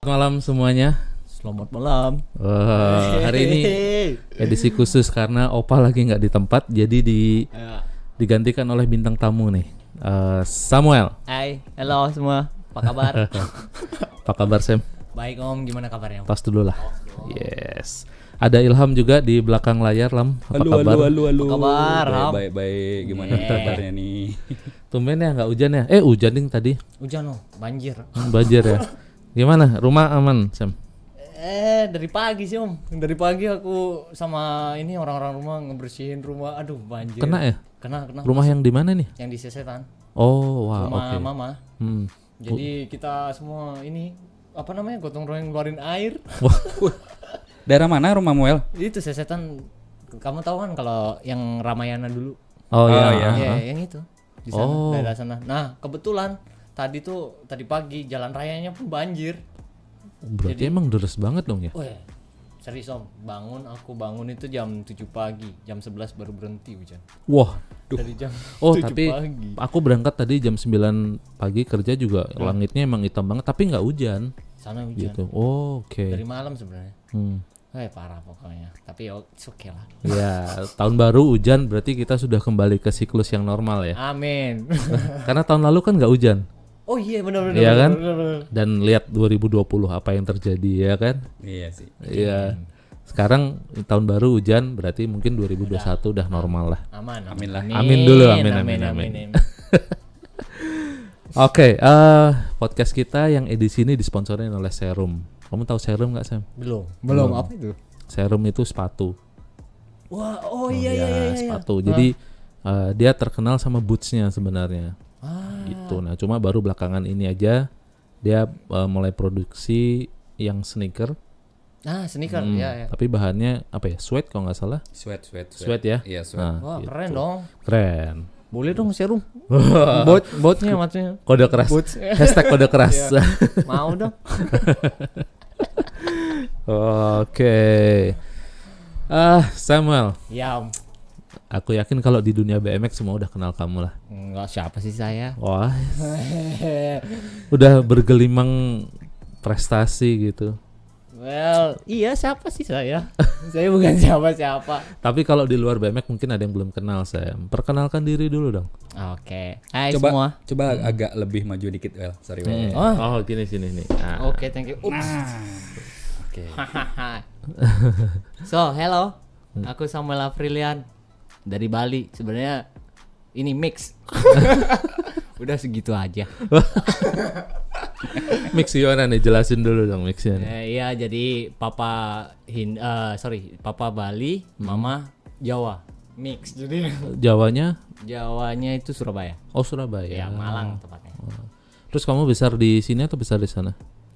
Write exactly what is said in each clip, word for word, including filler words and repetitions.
Malam semuanya. Selamat malam. Wah, hari ini edisi khusus karena Opa lagi nggak di tempat, jadi di digantikan oleh bintang tamu nih, uh, Samuel. Hai, halo semua. Apa kabar? Apa kabar Sam? Baik Om, gimana kabarnya? Pas dulu lah. Yes. Ada Ilham juga di belakang layar, Lam. Apa halo, kabar? Halo, halo, halo. Apa kabar, Ham? Baik, baik, baik. Gimana Yeah. kabarnya nih? Tumben ya nggak hujan ya? Eh hujan ding tadi. Hujan loh, banjir. Hmm, banjir ya. Gimana? Rumah aman, Sam? Eh, dari pagi sih Om. Dari pagi aku sama ini orang-orang rumah ngebersihin rumah. Aduh, banjir. Kena ya? Kena, kena. Rumah yang di mana nih? Yang di Sesetan. Oh, wah, Rumah oke. Mama. Hmm. Jadi kita semua ini apa namanya? Gotong royong ngeluarin air. Wah, Daerah mana rumah Muel? Itu Sesetan. Kamu tahu kan kalau yang Ramayana dulu? oh, Oh, iya. iya. Ya, yang itu. Di sana, Oh. daerah sana. Nah, kebetulan tadi tuh tadi pagi jalan rayanya pun banjir. Berarti emang deres banget dong ya? Weh, serius Om, bangun aku bangun itu jam tujuh pagi, jam sebelas baru berhenti hujan. Wah, Dari jam oh tujuh tapi pagi. aku berangkat tadi jam sembilan pagi kerja juga langitnya emang hitam banget tapi nggak hujan Sana hujan. gitu. Oh, oke. Dari malam sebenarnya. Hmm. Eh parah pokoknya. Tapi oh, it's okay lah. Ya, tahun baru hujan berarti kita sudah kembali ke siklus yang normal ya. Amin. Karena tahun lalu kan nggak hujan. Oh iya benar-benar. Iya kan? benar-benar. Dan lihat dua ribu dua puluh apa yang terjadi ya kan? Iya sih. Iya. Sekarang tahun baru hujan berarti mungkin dua ribu dua puluh satu udah normal lah. Aman, Amin lah. Amin dulu, amin, amin, amin. Oke, eh podcast kita yang edisi ini disponsorin oleh Serum. Kamu tahu Serum nggak Sam? Belum. Belum. Apa itu? Serum itu sepatu. Wah, oh iya Ya, iya iya. iya. sepatu. Jadi eh, dia terkenal sama bootsnya sebenarnya. Ah. Gitu. Nah, cuma baru belakangan ini aja dia eh, mulai produksi yang sneaker. Nah, sneaker Hmm, ya ya. Tapi bahannya apa ya? Suede kalau nggak salah. Sweat, sweat, Sweat ya? Iya, sweat. Nah, Wah, gitu. keren dong. Keren. Boleh dong Serum. Bot botnya maksudnya. Kode keras. Boots. Hashtag kode keras. Mau dong. Oke. Ah, Samuel. Ya, Om. Aku yakin kalau di dunia B M X semua udah kenal kamu lah. Enggak, siapa sih saya? Wah, udah bergelimang prestasi gitu. Well, iya siapa sih saya? Saya bukan siapa-siapa. Tapi kalau di luar B M X mungkin ada yang belum kenal saya. Perkenalkan diri dulu dong. Oke. Hai Coba, semua. coba agak lebih maju dikit, Well. Sorry, Well. Oh. Oh, gini sini nih. Ah. Oke, thank you. Ups. Oke. So, hello. Aku Samuel Afrilian dari Bali. Sebenarnya ini mix. Udah segitu aja. Mix gimana nih? Jelasin dulu dong mixnya. nih. Eh, iya, jadi papa Hin eh, sorry, papa Bali, mama Jawa. Mix. Jadi Jawanya? Jawanya itu Surabaya. Oh, Surabaya. Ya, Malang tepatnya. Terus kamu besar di sini atau besar di sana?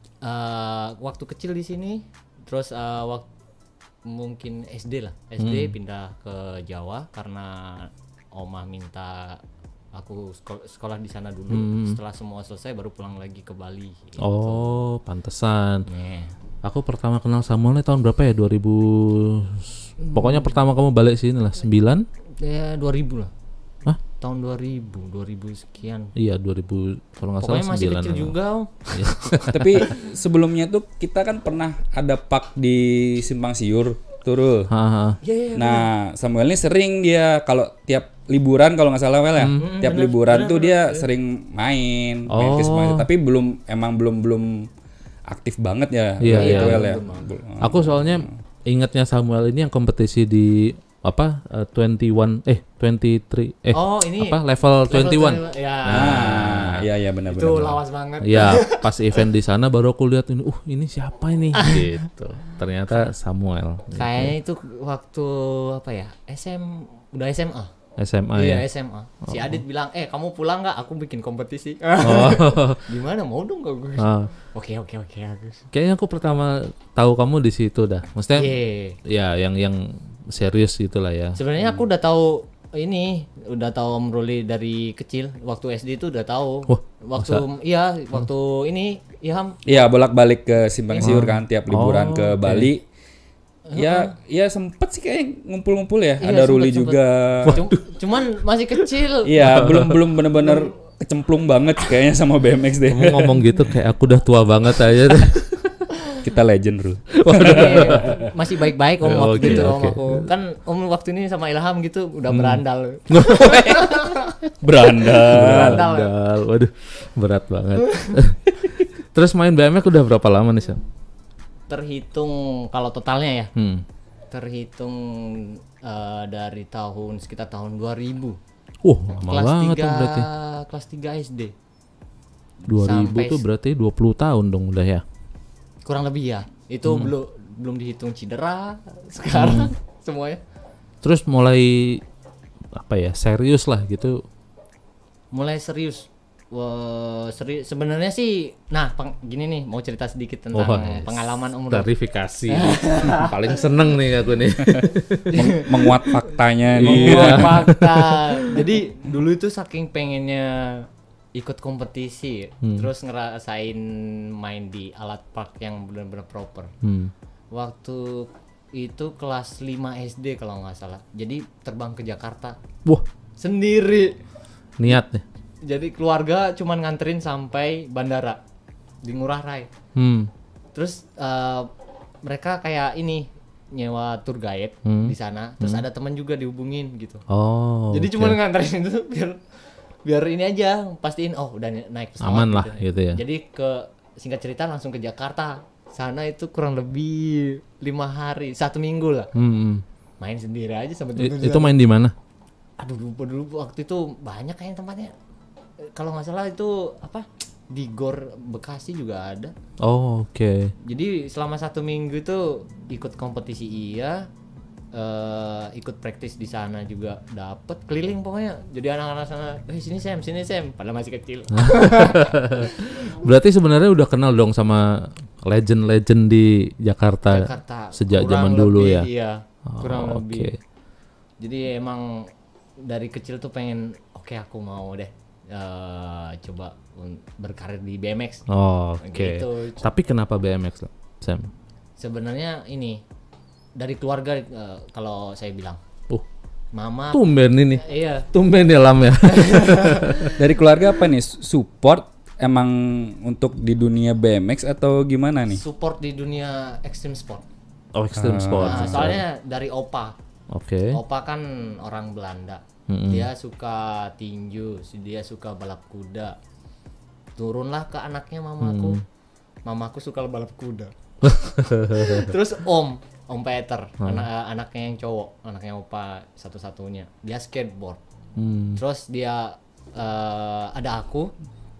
Eh, waktu kecil di sini, terus eh, waktu mungkin S D lah, S D pindah ke Jawa karena omah minta aku sekolah, sekolah di sana dulu. Setelah semua selesai baru pulang lagi ke Bali. Gitu. Oh, pantesan. Yeah. Aku pertama kenal Samuel tahun berapa ya? dua ribu Pokoknya pertama kamu balik sini lah, sembilan? Ya dua ribu lah. Hah? Tahun dua ribu, dua ribu sekian. Iya, dua ribu kalau nggak salah Pokoknya masih sembilan. kecil juga, Om. Tapi sebelumnya tuh kita kan pernah ada pak di Simpang Siur, Turul. Haha. Iya, iya. Nah, Samuel ini sering dia kalau tiap liburan kalau nggak salah, Well ya. Tiap liburan tuh dia sering main, main ke Simpang Siur. Tapi belum emang belum belum aktif banget ya. Iya, gitu, iya. Well ya. Aku soalnya ingatnya Samuel ini yang kompetisi di apa? Uh, dua puluh satu eh dua puluh tiga eh Oh, ini apa level dua puluh satu. Ya. Nah, iya iya benar benar. Itu benar. lawas banget. Ya, pas event di sana baru aku lihat ini, uh ini siapa ini gitu. Ternyata Samuel. Kayaknya itu waktu apa ya? S M udah S M A. S M A Iya ya. S M A. Si Adit bilang, "Eh, kamu pulang nggak? Aku bikin kompetisi." Oh. Gimana mau dong kok gue? Ah. Oke oke oke Agus. Kayaknya aku pertama tahu kamu di situ dah. Maksudnya Iya. ya yang yang serius gitulah ya. Sebenarnya aku udah tahu ini, udah tahu Om Ruli dari kecil. Waktu S D itu udah tahu. Wah, waktu iya, waktu ini Ilham. Iya, bolak-balik ke Simpang Siur kan tiap liburan Oh, ke oke. Bali. Ya, ya sempet sih kayak ngumpul-ngumpul ya. Iya, Ada sempet, Ruli sempet. juga. Cum- Cuman masih kecil. Iya, belum belum bener-bener kecemplung banget kayaknya sama B M X deh. Kamu ngomong gitu kayak aku udah tua banget aja. Kita legend, Bro. Eh, masih baik-baik om waktu Oke, gitu om oke. aku. Kan om waktu ini sama Ilham gitu udah berandal. Berandal. Berandal. Berandal. Waduh, berat banget. Terus main B M X udah berapa lama nih, Sam? Terhitung kalau totalnya ya. Hmm. Terhitung eh, dari tahun sekitar tahun dua ribu. Wah, lama Kelas banget tiga tuh berarti. kelas tiga S D. dua ribu Sampai tuh berarti dua puluh tahun dong udah ya. Kurang lebih ya. Itu Hmm. belum belum dihitung cedera sekarang semuanya. Terus mulai apa ya? Serius lah gitu. Mulai serius. Wah, serius sebenarnya sih. Nah, peng- gini nih mau cerita sedikit tentang Wah, pengalaman umur. Klarifikasi. Paling seneng nih aku nih. Meng- menguat faktanya nih. Iya, fakta. Jadi dulu itu saking pengennya ikut kompetisi, Hmm. terus ngerasain main di alat park yang benar-benar proper. Hmm. Waktu itu kelas lima S D kalau nggak salah. Jadi terbang ke Jakarta Wah, sendiri. niat nih. Jadi keluarga cuman nganterin sampai bandara di Ngurah Rai. Hmm. Terus eh, mereka kayak ini nyewa tour guide Hmm. di sana. Terus ada teman juga dihubungin gitu. Oh. Jadi oke. cuma nganterin itu biar biar ini aja pastiin oh udah naik pesawat Aman lah, gitu ya. Jadi ke singkat cerita langsung ke Jakarta. Sana itu kurang lebih lima hari, satu minggu lah. Hmm. Main sendiri aja sama I- temen-temen. itu main di mana? Aduh lupa dulu waktu itu banyak kayaknya tempatnya. Eh, Kalau nggak salah itu apa di Gor Bekasi juga ada. Oh, oke. Jadi selama satu minggu itu ikut kompetisi iya, eh, ikut praktis di sana juga dapet keliling pokoknya. Jadi anak-anak sana, eh sini Sam, sini Sam, padahal masih kecil. Berarti sebenarnya udah kenal dong sama legend-legend di Jakarta, Jakarta sejak kurang zaman dulu lebih, ya. Iya, Oh, kurang oke. lebih. Jadi emang dari kecil tuh pengen, oke aku mau deh eh, coba un- berkarir di B M X. Oh, oke. Gitu. Tapi kenapa B M X, Sam? Sebenarnya ini dari keluarga eh, kalau saya bilang, Uh, mama, tumben ini. iya. Tumben ya Lam ya. Dari keluarga apa nih? Support emang untuk di dunia B M X atau gimana nih? Support di dunia extreme sport. Oh, extreme sport. Nah, soalnya dari opa. Oke. Opa kan orang Belanda. Mm-mm. Dia suka tinju, dia suka balap kuda. Turunlah ke anaknya mamaku. Mamaku suka balap kuda. Terus Om, Om Peter, anak anaknya yang cowok, anaknya opa satu-satunya. Dia skateboard. Hmm. Terus dia eh, ada aku.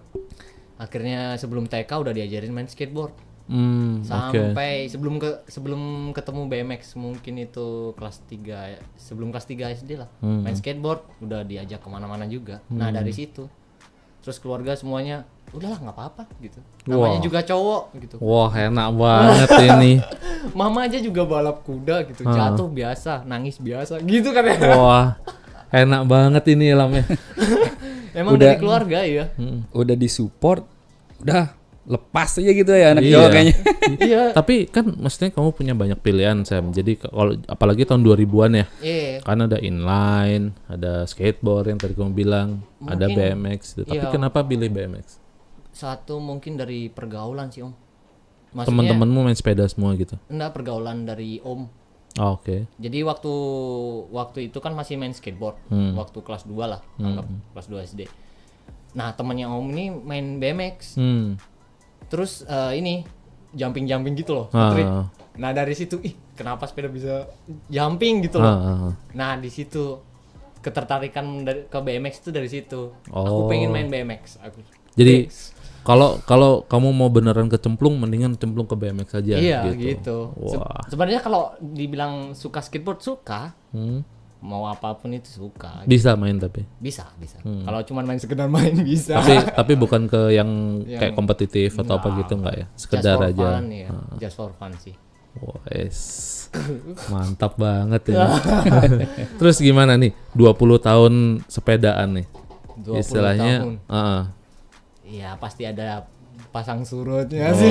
Akhirnya sebelum T K udah diajarin main skateboard. Hmm, oke. Sampai sebelum ke sebelum ketemu B M X mungkin itu kelas tiga ya. Sebelum kelas tiga S D lah. Hmm. Main skateboard udah diajak kemana-mana juga. Nah dari situ terus keluarga semuanya udahlah nggak apa-apa gitu. Namanya Wah. juga cowok gitu. Wah, enak banget ini. Mama aja juga balap kuda gitu. Ah. Jatuh biasa, nangis biasa gitu kan ya. Wah, enak banget ini Lam ya. Emang Udah- dari keluarga ya. Hmm. Udah disupport, udah lepas aja gitu ya anak Iya. cowok kayaknya. Iya. Tapi kan maksudnya kamu punya banyak pilihan, Sam. Jadi k- kalau apalagi tahun dua ribuan ya. Iya. Kan ada inline, ada skateboard yang tadi kamu bilang, ada B Mungkin- M X gitu. Tapi iya. kenapa pilih B M X? Satu mungkin dari pergaulan sih Om. Maksudnya Teman-temanmu main sepeda semua gitu. enggak pergaulan dari Om. Oh, oke. Jadi waktu waktu itu kan masih main skateboard, Hmm. waktu kelas dua lah, anggap kelas dua S D. Nah temannya Om ini main B M X, Hmm. terus eh, ini jumping jumping gitu loh, Ah. street. Nah dari situ, ih kenapa sepeda bisa jumping gitu Ah, loh. ah, ah. Nah di situ ketertarikan dari, ke B M X itu dari situ. Aku Oh. pengen main B M X. Aku. Jadi Fix. kalau kalau kamu mau beneran kecemplung, mendingan cemplung ke B M X aja. Iya gitu. gitu. Se- Wah. Sebenarnya kalau dibilang suka skateboard suka, Hmm. mau apapun itu suka. Bisa main tapi. Bisa bisa. Kalau cuma main sekedar main bisa. tapi tapi bukan ke yang Yang- kayak kompetitif atau apa gitu enggak ya? Sekedar just for aja. fun, ya. Just for fun sih. Wah, es. Mantap banget ini. Terus gimana nih? dua puluh tahun sepedaan nih. dua puluh Istilahnya, tahun. heeh. Iya pasti ada pasang surutnya Oh, sih.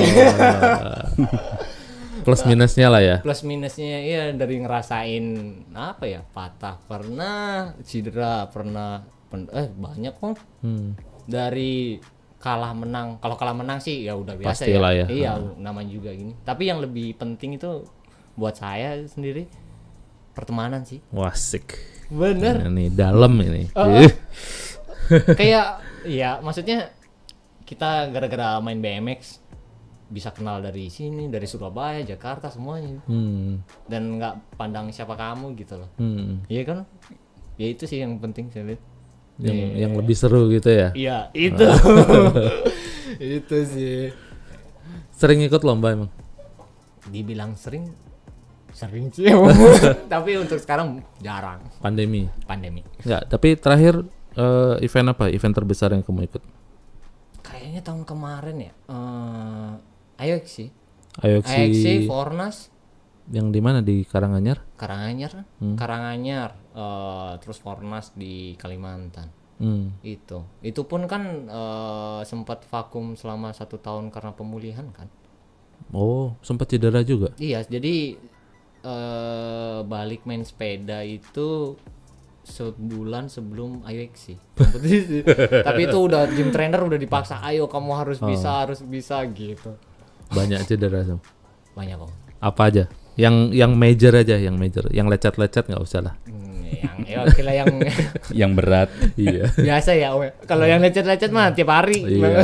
plus minusnya lah ya. Plus minusnya iya dari ngerasain apa ya, patah pernah, cedera pernah, pen- eh banyak kok. Hmm. Dari kalah menang. Kalau kalah menang sih ya udah biasa Pastilah ya. ya. Iya, Hmm. namanya juga gini. Tapi yang lebih penting itu buat saya sendiri pertemanan sih. Wah, asik. Bener. Ini dalam ini. Uh, kayak ya maksudnya kita gara-gara main B M X bisa kenal dari sini, dari Surabaya, Jakarta semuanya. Hmm. Dan nggak pandang siapa kamu gitu loh. Hmm. Iya kan? Ya itu sih yang penting saya lihat. Yang Iya. yang lebih seru gitu ya. Iya, itu. Itu sih. Sering ikut lomba emang? Dibilang sering sering sih. Tapi untuk sekarang jarang Pandemi. pandemi. Enggak, tapi terakhir eh, event apa? Event terbesar yang kamu ikut? Kayaknya tahun kemarin ya. Eh A Y X sih. A Y X A Y X sih, Fornas, yang di mana, di Karanganyar? Karanganyar, Karanganyar, eh, terus Fornas di Kalimantan. Hmm. Itu, itu pun kan eh, sempat vakum selama satu tahun karena pemulihan kan. Oh, sempat cedera juga. Iya, jadi eh, balik main sepeda itu sebulan sebelum A Y X sih. Kompetisi. Tapi itu udah gym trainer udah dipaksa, ayo kamu harus bisa, harus bisa gitu. Banyak cedera tuh. Banyak kok. Apa aja? Yang yang major aja, yang major. Yang lecet-lecet nggak usah lah. Hmm, yang ya oke lah yang Yang berat. Iya. biasa ya. Om. Kalau yang lecet-lecet mah tiap hari. Iya.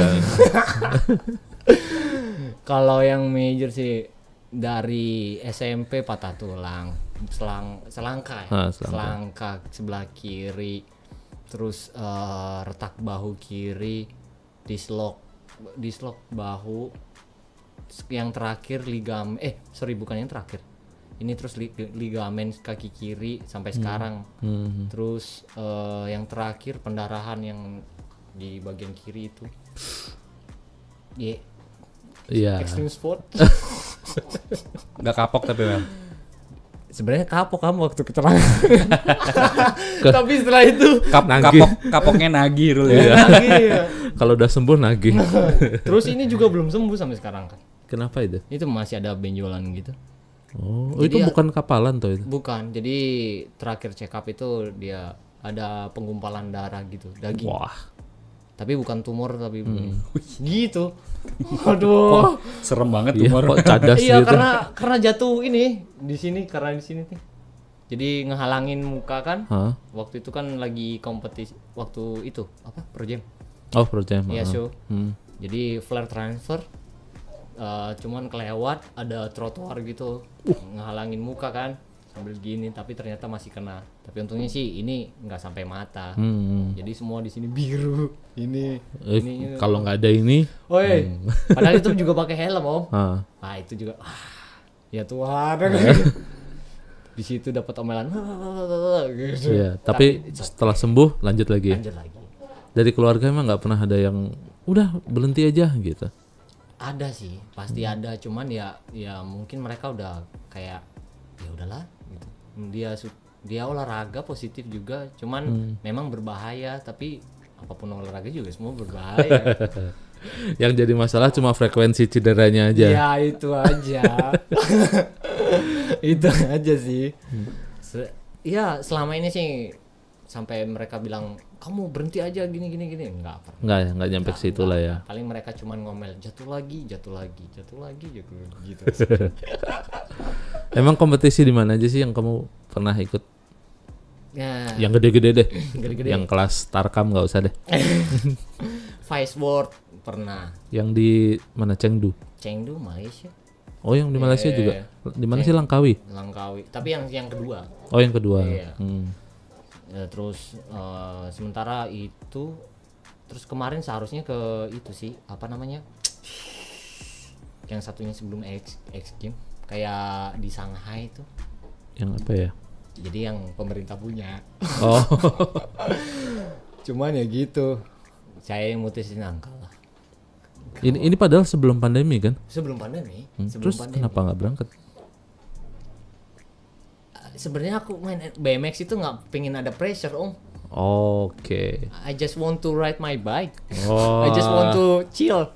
Kalau yang major sih dari S M P patah tulang, selang selangka ya, Ah, selangka. selangka sebelah kiri, terus eh, retak bahu kiri, dislok, dislok bahu, yang terakhir ligamen, eh sorry bukan yang terakhir, ini terus li- ligamen kaki kiri sampai sekarang, Hmm. terus eh, yang terakhir pendarahan yang di bagian kiri itu, yeah. Iya. Extreme sport. Nggak kapok tapi Mel. Sebenarnya kapok kamu waktu kecelakaan. Tapi setelah itu Kap, Nagih. kapok kapoknya nagih Rul ya. iya. Kalau udah sembuh nagih. Terus ini juga belum sembuh sampai sekarang kan. Kenapa itu? Itu masih ada benjolan gitu. Oh, Jadi itu ya- bukan kapalan tuh itu. Bukan. Jadi terakhir check up itu dia ada penggumpalan darah gitu, daging. Wah. Tapi bukan tumor tapi begini. Gitu. Aduh. Serem banget Iya, tumor. kok cadas Iya gitu. karena karena jatuh ini di sini karena di sini nih. Jadi ngehalangin muka kan. Hah? Waktu itu kan lagi kompetisi waktu itu apa? Pro Jam. Oh, Pro Jam. Iya, ah. show. Hmm. Jadi flare transfer eh, cuman kelewat ada trotoar gitu ngehalangin muka kan sambil gini tapi ternyata masih kena. Tapi untungnya sih ini nggak sampai mata. Hmm. Jadi semua di sini biru. Ini Eh, ini kalau nggak ada ini, Oi. Padahal itu juga pakai helm, Om. ah. Ah, itu juga ah, ya Tuhan. Di situ dapat omelan. Gitu. Iya. Tapi setelah sembuh lanjut lagi. ya? Lanjut lagi. Dari keluarga emang nggak pernah ada yang udah berhenti aja gitu. Ada sih, pasti ada. Cuman ya, ya mungkin mereka udah kayak ya udahlah gitu. Dia su- dia olahraga positif juga, cuman memang berbahaya. Tapi apapun olahraga juga semua berbahaya. Yang jadi masalah cuma frekuensi cederanya aja. Ya itu aja. Itu aja sih. Se- ya selama ini sih sampai mereka bilang kamu berhenti aja gini gini gini nggak pernah. Nggak, nggak nyampe ke situ lah ya. Paling mereka cuman ngomel jatuh lagi, jatuh lagi, jatuh lagi, jatuh lagi gitu. Emang kompetisi di mana aja sih yang kamu pernah ikut? Ya, Yang gede-gede deh. gede-gede. Yang kelas Tarkam nggak usah deh. Vice World pernah, Yang di mana, Chengdu? Chengdu Malaysia, Oh, yang di Malaysia Eh, juga. Di mana sih, Langkawi? Langkawi. Tapi yang yang kedua. Oh, yang kedua. Iya. Hmm. Ya, terus eh, sementara itu, terus kemarin seharusnya ke itu sih apa namanya? Yang satunya sebelum X X Game kayak di Shanghai itu. Yang apa ya? Jadi yang pemerintah punya. Oh. Cuman ya gitu. Saya yang mutusin angka lah. ini ini padahal sebelum pandemi kan? Sebelum pandemi, Hmm, sebelum Terus pandemi. kenapa nggak berangkat? Sebenarnya aku main B M X itu nggak pengen ada pressure, Om. Oke. I just want to ride my bike. Oh. I just want to chill.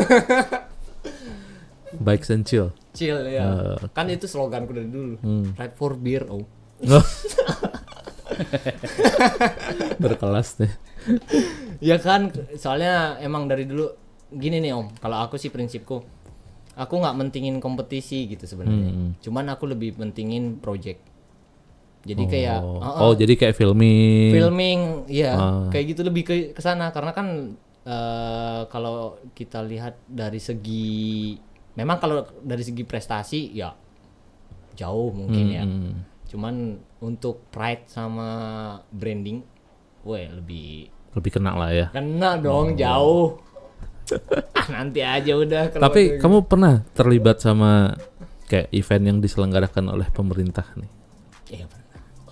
Bikes and chill. Chill ya. Eh, Kan itu sloganku dari dulu. Hmm. Ride for beer, Om. Berkelas deh. Ya kan, soalnya emang dari dulu gini nih Om, kalau aku sih prinsipku, aku nggak mentingin kompetisi gitu sebenarnya. Hmm. Cuman aku lebih mentingin project. Jadi Oh. kayak Oh, jadi kayak filming. filming, ya Ah. kayak gitu lebih ke kesana karena kan eh, kalau kita lihat dari segi, memang kalau dari segi prestasi ya jauh mungkin ya. Hmm. Cuman untuk pride sama branding, weh lebih Lebih kena lah ya. kena dong jauh. Ah, nanti aja udah. kalau Tapi ada- kamu pernah terlibat sama kayak event yang diselenggarakan oleh pemerintah nih? Iya, pernah.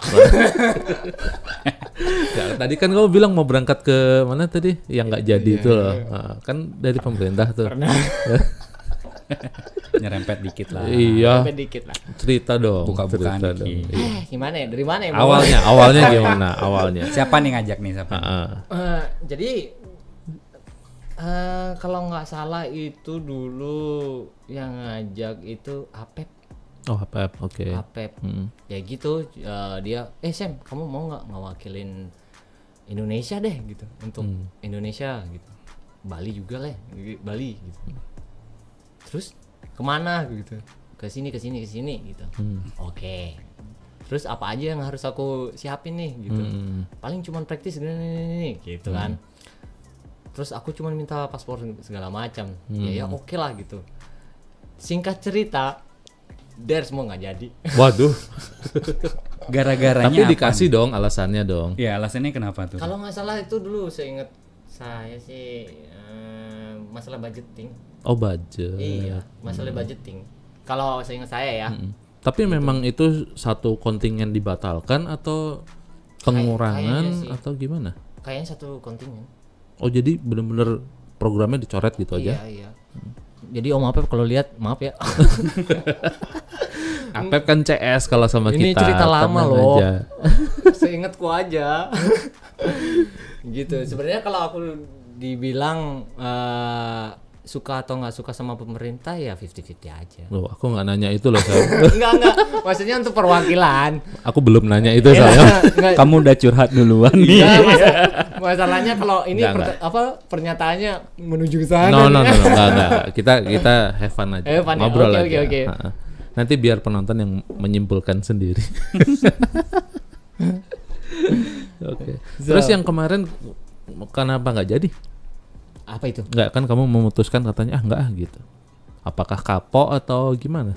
Ya, tadi kan kamu bilang mau berangkat ke mana tadi? Yang nggak jadi itu loh. Nah, kan dari pemerintah tuh. Pernah. Nyerempet dikit lah. Iya, Sampai dikit lah. cerita dong. Buka-bukaan cerita dikit. dong. Eh, gimana ya? Dari mana ya? Mau? Awalnya, awalnya gimana? Awalnya. Siapa nih ngajak nih siapa? Heeh. Eh, jadi eh kalau nggak salah itu dulu yang ngajak itu Apep. Oh, Apep, oke. Apep. Hmm. Ya gitu eh, dia, eh Sam, kamu mau nggak ngewakilin Indonesia deh gitu untuk Hmm. Indonesia gitu. Bali juga lah, Bali gitu. Terus kemana gitu? Ke sini, ke sini, ke sini gitu. Hmm. Oke. Terus apa aja yang harus aku siapin nih gitu? Hmm. Paling cuman praktis gini, gini, gini, gitu kan. Terus aku cuman minta paspor segala macam. Ya ya oke lah gitu. Singkat cerita, der semua nggak jadi. Waduh. Gara-garanya Tapi apa dikasih nih? dong alasannya dong. Ya alasannya kenapa tuh? Kalau nggak salah itu dulu saya ingat saya sih eh, masalah budgeting. Oh, budget. Iya, masalah budgeting. Kalau saya ingat saya ya. Mm. Tapi memang itu satu kontingen dibatalkan atau pengurangan kayaknya sih. atau gimana? Kayaknya satu kontingen. Oh, jadi bener-bener programnya dicoret gitu aja? Iya, iya. Jadi Om Apep kalau lihat maaf ya. Apep kan C S kalau sama Ini kita. cerita lama tenang loh. aja. Seingatku aja. Gitu. Sebenarnya kalau aku dibilang eh, suka atau nggak suka sama pemerintah ya fifty fifty aja. Loh, aku nggak nanya itu loh, Sam. Enggak, enggak. Maksudnya untuk perwakilan. Aku belum nanya itu saya. Enggak. Kamu udah curhat duluan nih. Iya, masa- masalahnya kalau ini Enggak, perte- apa pernyataannya menuju ke sana. No, no, no, nih. no, enggak, enggak. Kita kita have fun aja. Have fun ya? Ngobrol Oke, aja. oke, oke. Ha-ha. Nanti biar penonton yang menyimpulkan sendiri. Oke. Terus yang kemarin kenapa nggak jadi? Apa itu? Nggak, kan kamu memutuskan katanya ah nggak ah gitu. Apakah kapok atau gimana?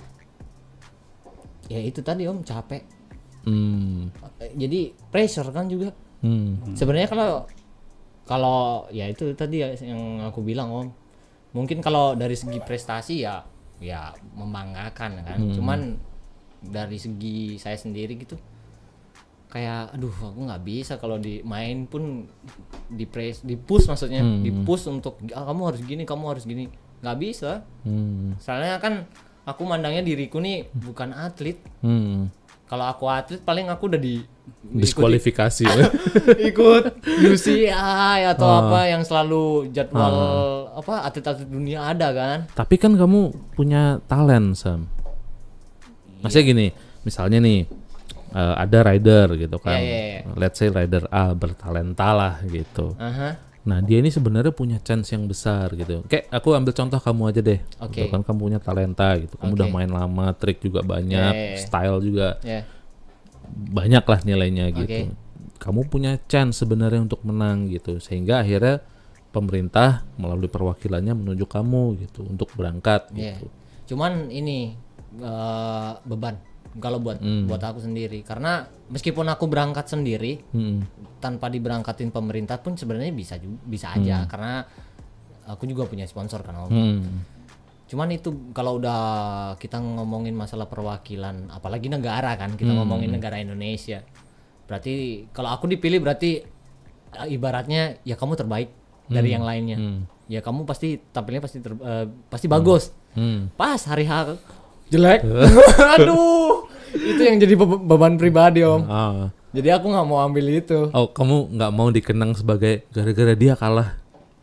Ya itu tadi Om, capek. Hmm. Eh, Jadi pressure kan juga. Hmm. Sebenarnya kalau kalau ya itu tadi ya yang aku bilang Om. Mungkin kalau dari segi prestasi ya ya membanggakan kan. Cuman dari segi saya sendiri gitu kayak aduh aku nggak bisa kalau di main pun di press di push maksudnya di push untuk ah, kamu harus gini kamu harus gini nggak bisa. Hmm. Soalnya kan aku mandangnya diriku nih bukan atlet. Hmm. Kalau aku atlet paling aku udah di Diskualifikasi. ikut U C I atau Oh. apa yang selalu jadwal apa atlet-atlet dunia ada kan. Tapi kan kamu punya talent, Sam. Maksudnya gini, misalnya nih eh, ada rider gitu kan. Iya, iya, iya. Let's say rider A bertalenta lah gitu. Aha. Nah, dia ini sebenarnya punya chance yang besar gitu. Kayak aku ambil contoh kamu aja deh. Oke. Gitu kan kamu punya talenta gitu. Kamu Oke. udah main lama, trik juga banyak, Iya, iya, iya. style juga Ya. banyak lah nilainya gitu. Oke. Kamu punya chance sebenarnya untuk menang gitu. Sehingga akhirnya pemerintah melalui perwakilannya menunjuk kamu gitu untuk berangkat Iya. gitu. Cuman ini eh, beban kalau buat Hmm. buat aku sendiri karena meskipun aku berangkat sendiri Hmm. tanpa diberangkatin pemerintah pun sebenarnya bisa ju- bisa aja Hmm. karena aku juga punya sponsor kan Om. Hmm. Cuman itu kalau udah kita ngomongin masalah perwakilan apalagi negara kan kita Hmm. ngomongin negara Indonesia. Berarti kalau aku dipilih berarti eh, ibaratnya ya kamu terbaik dari yang lainnya. Hmm. Ya kamu pasti tampilnya pasti ter- eh, pasti bagus. Hmm. Pas hari H jelek. Aduh. Itu yang jadi be- beban pribadi Om. Ah. Jadi aku nggak mau ambil itu. Oh, kamu nggak mau dikenang sebagai gara-gara dia kalah.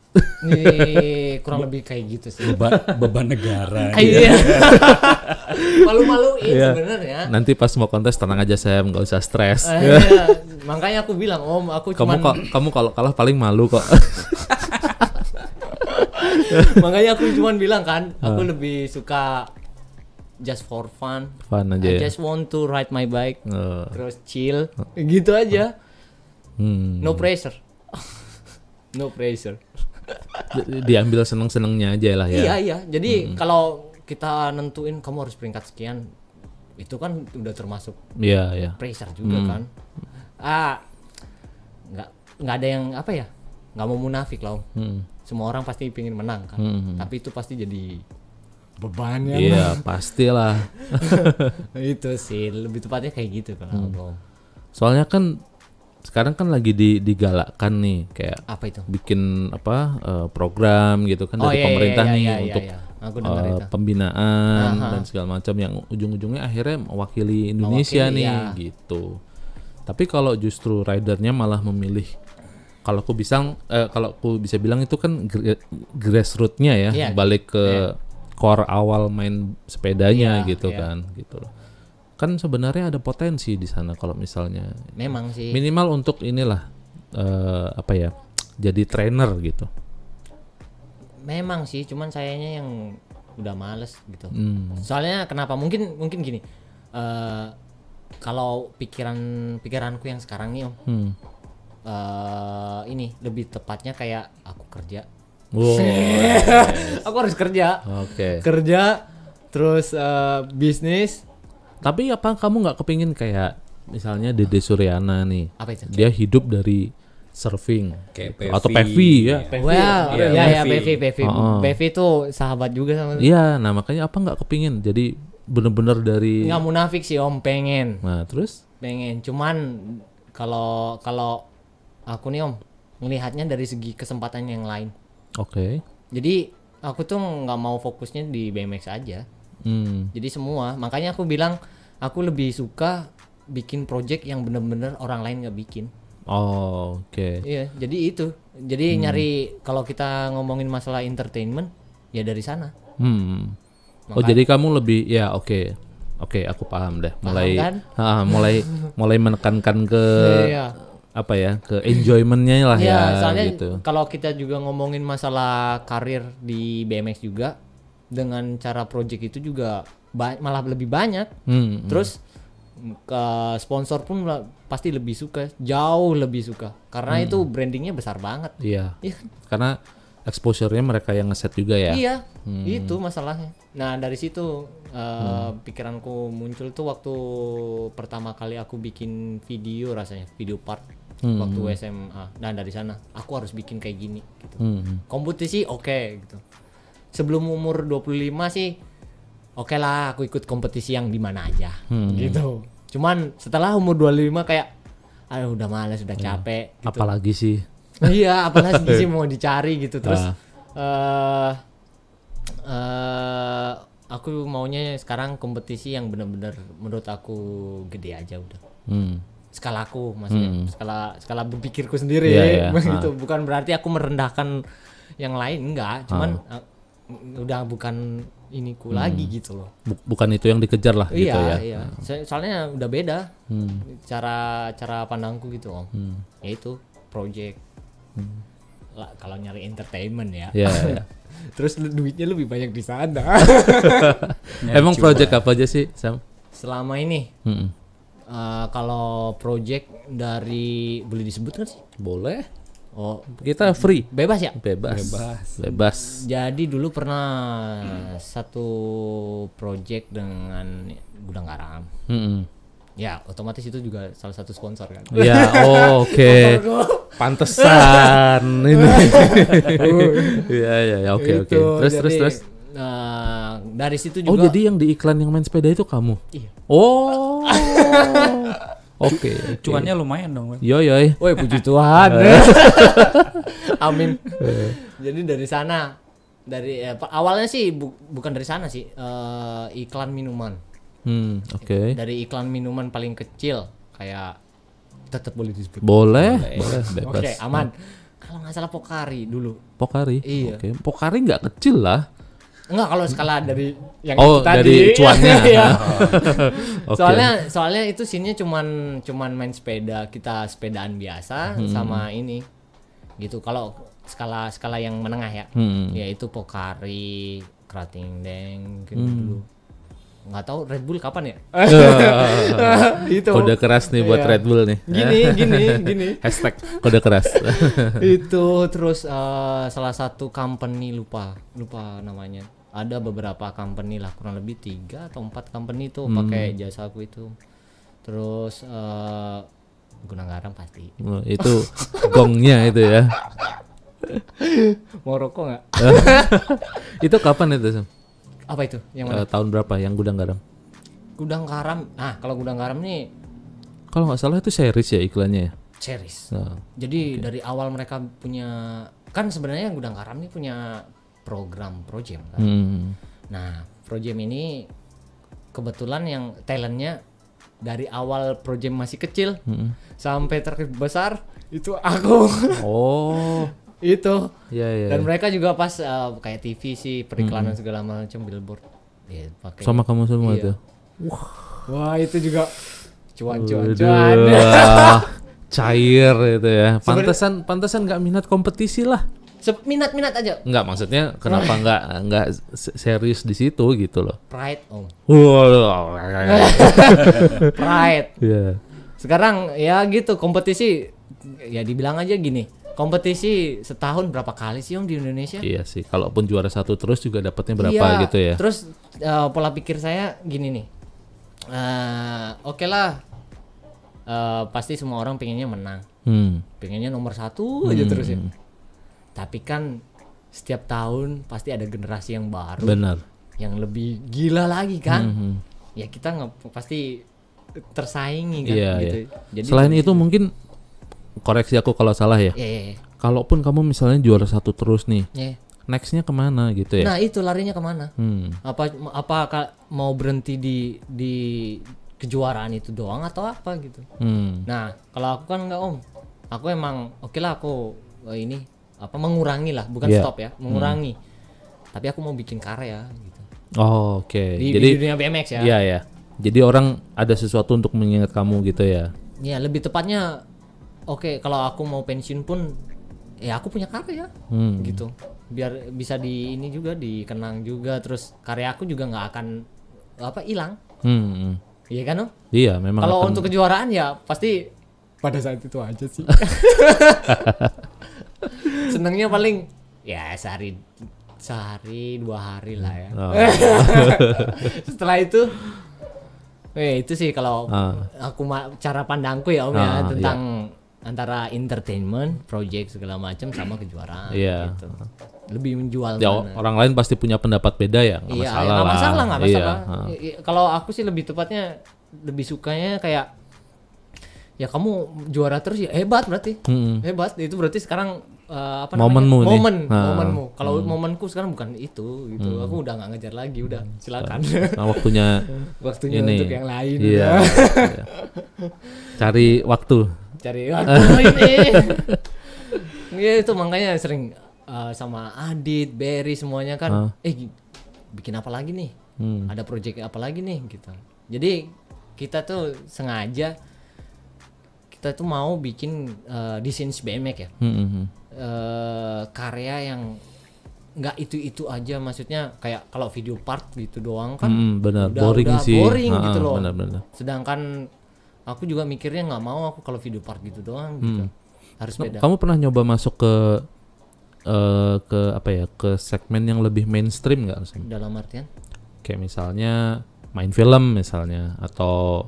Nih kurang lebih kayak gitu sih. Beban, beban negara. Iya. Malu-maluin Iya. sebenarnya. Nanti pas mau kontes tenang aja Sam, nggak usah stres. Eh, iya. Makanya aku bilang, Om, aku Kamu cuman kok kamu kalau kalah paling malu kok. makanya aku cuman bilang kan, aku Ah. lebih suka just for fun. Fun aja I ya. just want to ride my bike, Eh, terus chill, gitu aja. hmm. No pressure. No pressure. Di- diambil seneng-senengnya aja lah ya. Iya iya. Jadi kalau kita nentuin kamu harus peringkat sekian, itu kan udah termasuk Iya, iya. pressure juga kan. Ah, nggak nggak ada yang apa ya? Nggak mau munafik lah. Om. Hmm. Semua orang pasti pingin menang kan. Hmm. Tapi itu pasti jadi beban ya. Iya, pastilah. Itu sih lebih tepatnya kayak gitu kalau aku, Om. Soalnya kan sekarang kan lagi di, digalakkan nih kayak Apa itu? bikin apa eh, program gitu kan Oh, dari iya, iya, pemerintah iya, nih iya, untuk iya, iya. Aku dengar eh, itu. pembinaan Aha. dan segala macam yang ujung-ujungnya akhirnya mewakili Indonesia Mewakili, nih iya. gitu. Tapi kalau justru ridernya malah memilih, kalau aku bisa eh, kalau aku bisa bilang itu kan gra- grassroots-nya ya, Iya, balik ke iya. core awal main sepedanya Iya, gitu iya. kan gitu loh. Kan sebenarnya ada potensi di sana kalau misalnya Memang sih. minimal untuk inilah eh, apa ya, jadi trainer gitu. Memang sih, cuman sayanya yang udah males gitu. Hmm. Soalnya kenapa? Mungkin mungkin gini. eh kalau pikiran pikiranku yang sekarang nih, Om. Hmm. eh ini lebih tepatnya kayak aku kerja. Wow. Aku harus kerja. Oke. Kerja terus eh, bisnis. Tapi apa kamu nggak kepingin kayak misalnya Dede Suryana nih, Apa itu? dia hidup dari surfing Kayak gitu. P V. atau P V ya. P V. Well, Iya, ya ya P V. P V P V. Oh. P V itu sahabat juga sama. Iya, nah makanya apa nggak kepingin jadi bener-bener dari. Nggak munafik sih, Om, pengen. Nah terus? Pengen. Cuman kalau kalau aku nih, Om, melihatnya dari segi kesempatan yang lain. Oke. Jadi aku tuh nggak mau fokusnya di B M X aja. Hmm. Jadi semua. Makanya aku bilang aku lebih suka bikin project yang bener-bener orang lain nggak bikin. Oh, oke. Iya. Jadi itu. Jadi nyari kalau kita ngomongin masalah entertainment ya dari sana. Hmm. Oh jadi kamu lebih ya oke. Oke, aku paham deh. Mulai kan? ah, mulai mulai menekankan ke Iya. apa ya? Ke enjoymentnya lah Iya, ya soalnya gitu. kalau kita juga ngomongin masalah karir di B M X juga dengan cara project itu juga ba- malah lebih banyak. Hmm. Terus ke sponsor pun lah pasti lebih suka, jauh lebih suka karena itu brandingnya besar banget. Iya. Iya kan? Karena exposure-nya mereka yang ngeset juga ya. Iya, itu masalahnya. Nah dari situ uh, pikiranku muncul tuh waktu pertama kali aku bikin video rasanya video part Hmm. waktu S M A. Nah dari sana aku harus bikin kayak gini. Gitu. Hmm. Kompetisi oke gitu. Sebelum umur dua puluh lima sih oke lah aku ikut kompetisi yang di mana aja gitu. Cuman setelah umur dua puluh lima kayak aduh udah malas, udah capek gitu. Apalagi sih. Iya, apalagi sih mau dicari gitu. Terus Ah. eh eh, aku maunya sekarang kompetisi yang benar-benar menurut aku gede aja udah. Hmm. Skala aku maksudnya, skala skala berpikirku sendiri Iya, iya. gitu. Bukan berarti aku merendahkan yang lain, enggak, cuman eh, udah bukan iniku lagi gitu loh. Bu- bukan itu yang dikejar lah gitu Iya, ya. iya. So- soalnya udah beda Hmm. cara cara pandangku gitu, Om. Yaitu project. Lah, kalau nyari entertainment ya. Iya, iya. Terus lu- duitnya lebih banyak di sana. Emang project apa aja sih, Sam? Selama ini Hmm. eh, kalau project dari boleh disebut kan sih? Boleh. Oh, Kita free. bebas ya? Bebas. Bebas. Bebas. Jadi dulu pernah satu project dengan Gudang Garam. Hmm. Ya, otomatis itu juga salah satu sponsor kan. Ya, oh, oke. Pantesan ini. Iya, iya, ya, oke, oke. Itu, Terus, terus, jadi, terus. eh, dari situ Oh, juga. jadi yang di iklan yang main sepeda itu kamu? Iya. Oh. Oke. oke. Cuannya lumayan dong, Bang. Yo, yo. Woi, puji Tuhan. Amin. Jadi dari sana, dari eh, pa- awalnya sih bu- bukan dari sana sih, eh, iklan minuman. Hmm, oke. Dari iklan minuman paling kecil kayak tetap boleh disebut. Boleh, boleh, Oke, bebas. aman. kalau nggak salah Pocari dulu. Pocari. Iya. Oke. Pocari nggak kecil lah. Enggak, kalau skala dari yang Oh, itu tadi. dari cuannya. Iya. Oke. Soalnya soalnya itu scene-nya cuman cuman main sepeda, kita sepedaan biasa Hmm. sama ini. Gitu. Kalau skala skala yang menengah ya. Hmm. Ya itu Pocari, Krating Deng gitu Hmm. dulu. Nggak tahu Red Bull kapan ya? Itu. Kode keras nih buat Iya. Red Bull nih. Gini, gini, gini. Hashtag kode keras. Itu terus eh, salah satu company lupa lupa namanya. Ada beberapa company lah, kurang lebih tiga atau empat company tuh Hmm. pakai jasa aku itu. Terus eh Guna Garam pasti. Oh, itu gongnya itu ya. Mau rokok nggak? Itu kapan itu, Sam? Apa itu? Yang Eh, mana? tahun berapa yang Gudang Garam? Gudang Garam. Nah, kalau Gudang Garam nih Kalau nggak salah itu series ya iklannya ya. series. Nah, Jadi dari awal mereka punya, kan sebenarnya Gudang Garam nih punya program Projem kan. hmm. Nah, Projem ini kebetulan yang talentnya dari awal Projem masih kecil Hmm. sampai terbesar itu aku. Oh, Itu. ya ya. Dan mereka juga pas uh, kayak T V sih, periklanan segala macam, billboard. Ya, pakai. Sama kamu semua Iya. tuh. Wah, itu juga cuan-cuan. Waduh, cuan. wah, cair itu ya. Pantesan pantesan nggak minat kompetisi lah. Se- Minat-minat aja. Nggak, maksudnya kenapa nggak nggak se- serius di situ gitu loh. Pride, Om. Wow. Pride. Iya. Sekarang ya gitu, kompetisi ya dibilang aja gini. Kompetisi setahun berapa kali sih Om di Indonesia? Iya sih. Kalaupun juara satu terus juga dapatnya berapa Iya, gitu ya. Terus uh, pola pikir saya gini nih. Uh, Oke lah. Uh, pasti semua orang pengennya menang. Hmm. Pengennya nomor satu aja terus ya. Tapi kan setiap tahun pasti ada generasi yang baru. Benar. Yang lebih gila lagi kan. Mhm. Ya kita nggak pasti tersaingi kan Iya, gitu. iya. Jadi Selain dari itu situ- mungkin koreksi aku kalau salah ya. Iya, iya, iya. Kalaupun kamu misalnya juara satu terus nih, Iya. nextnya kemana gitu ya? Nah itu larinya kemana? Hmm. Apa apa ka- mau berhenti di di kejuaraan itu doang atau apa gitu? Hmm. Nah kalau aku kan enggak Om, aku emang oke lah aku eh, ini apa mengurangi lah, bukan Yeah. stop ya, mengurangi. Tapi aku mau bikin karya gitu. Oh, oke. Di, Jadi di dunia B M X ya. iya ya. Jadi orang ada sesuatu untuk mengingat kamu gitu ya. Ya lebih tepatnya, oke kalau aku mau pensiun pun, ya aku punya karya Hmm. gitu. Biar bisa di ini juga dikenang juga, terus karya aku juga nggak akan apa hilang. Hmm. Iya kan Om? Iya, memang. Kalau akan- untuk kejuaraan ya pasti pada saat itu aja sih. Senengnya paling ya sehari sehari dua hari lah ya. Oh. Setelah itu, eh itu sih kalau Ah. aku ma- cara pandangku ya Om Ah, ya tentang antara entertainment, project segala macam sama kejuaraan. Iya. Gitu. Lebih menjual Ya, mana? orang lain pasti punya pendapat beda ya, nggak Iya, masalah ya, nggak lah. masalah, nggak Iya, masalah. ha. I- i- Kalau aku sih lebih tepatnya lebih sukanya kayak ya kamu juara terus ya hebat berarti. Hmm. Hebat itu berarti sekarang uh, apa Momenmu namanya? nih. Momen, Nah. momenmu. Kalau momenku sekarang bukan itu gitu. Aku udah nggak ngejar lagi, udah silakan. Nah, waktunya Waktunya ini. untuk yang lain. Iya. udah. Iya. Cari waktu. Cari waktu ini. Iya itu makanya sering uh, sama Adit, Berry semuanya kan. Ah. Eh gi- bikin apa lagi nih? Hmm. Ada project apa lagi nih gitu. Jadi kita tuh sengaja kita tuh mau bikin uh, di Sins B M X ya. Hmm, hmm, hmm. Uh, karya yang nggak itu-itu aja, maksudnya kayak kalau video part gitu doang kan. Hmm, benar. udah- Boring udah sih. boring Ha, gitu loh. Benar-benar. Sedangkan aku juga mikirnya nggak mau aku kalau video part gitu doang gitu. Harus beda. Kamu pernah nyoba masuk ke eh, ke apa ya, ke segmen yang lebih mainstream nggak? Sam? Dalam artian Kayak misalnya main film misalnya, atau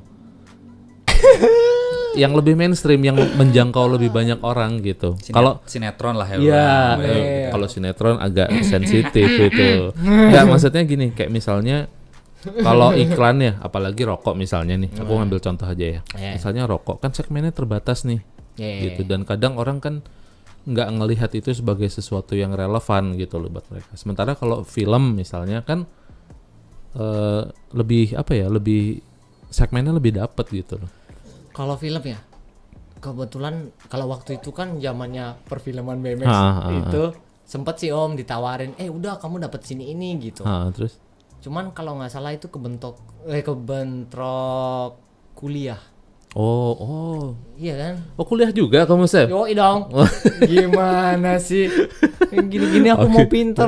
yang lebih mainstream, yang menjangkau lebih banyak orang gitu. Sine- Kalau sinetron lah ya. iya, Bang. eh, kalau sinetron agak sensitif itu. Enggak, maksudnya gini, kayak misalnya kalau iklan ya, apalagi rokok misalnya nih, aku ngambil contoh aja ya. Iya. Misalnya rokok kan segmennya terbatas nih, ya gitu. Dan kadang orang kan nggak ngelihat itu sebagai sesuatu yang relevan gitu loh buat mereka. Sementara kalau film misalnya kan eh, lebih apa ya, lebih segmennya lebih dapet gitu loh. kalau film ya kebetulan kalau waktu itu kan zamannya perfilman B M X Ah, ah, itu sempet sih Om ditawarin, eh udah kamu dapat sini ini gitu. Ah, terus? Cuman kalau nggak salah itu kebentok, eh kebentrok kuliah. Oh, oh. Iya kan? Oh, kuliah juga kamu, Sep? Yoi dong. Gimana sih? Gini-gini aku Oke. mau pinter.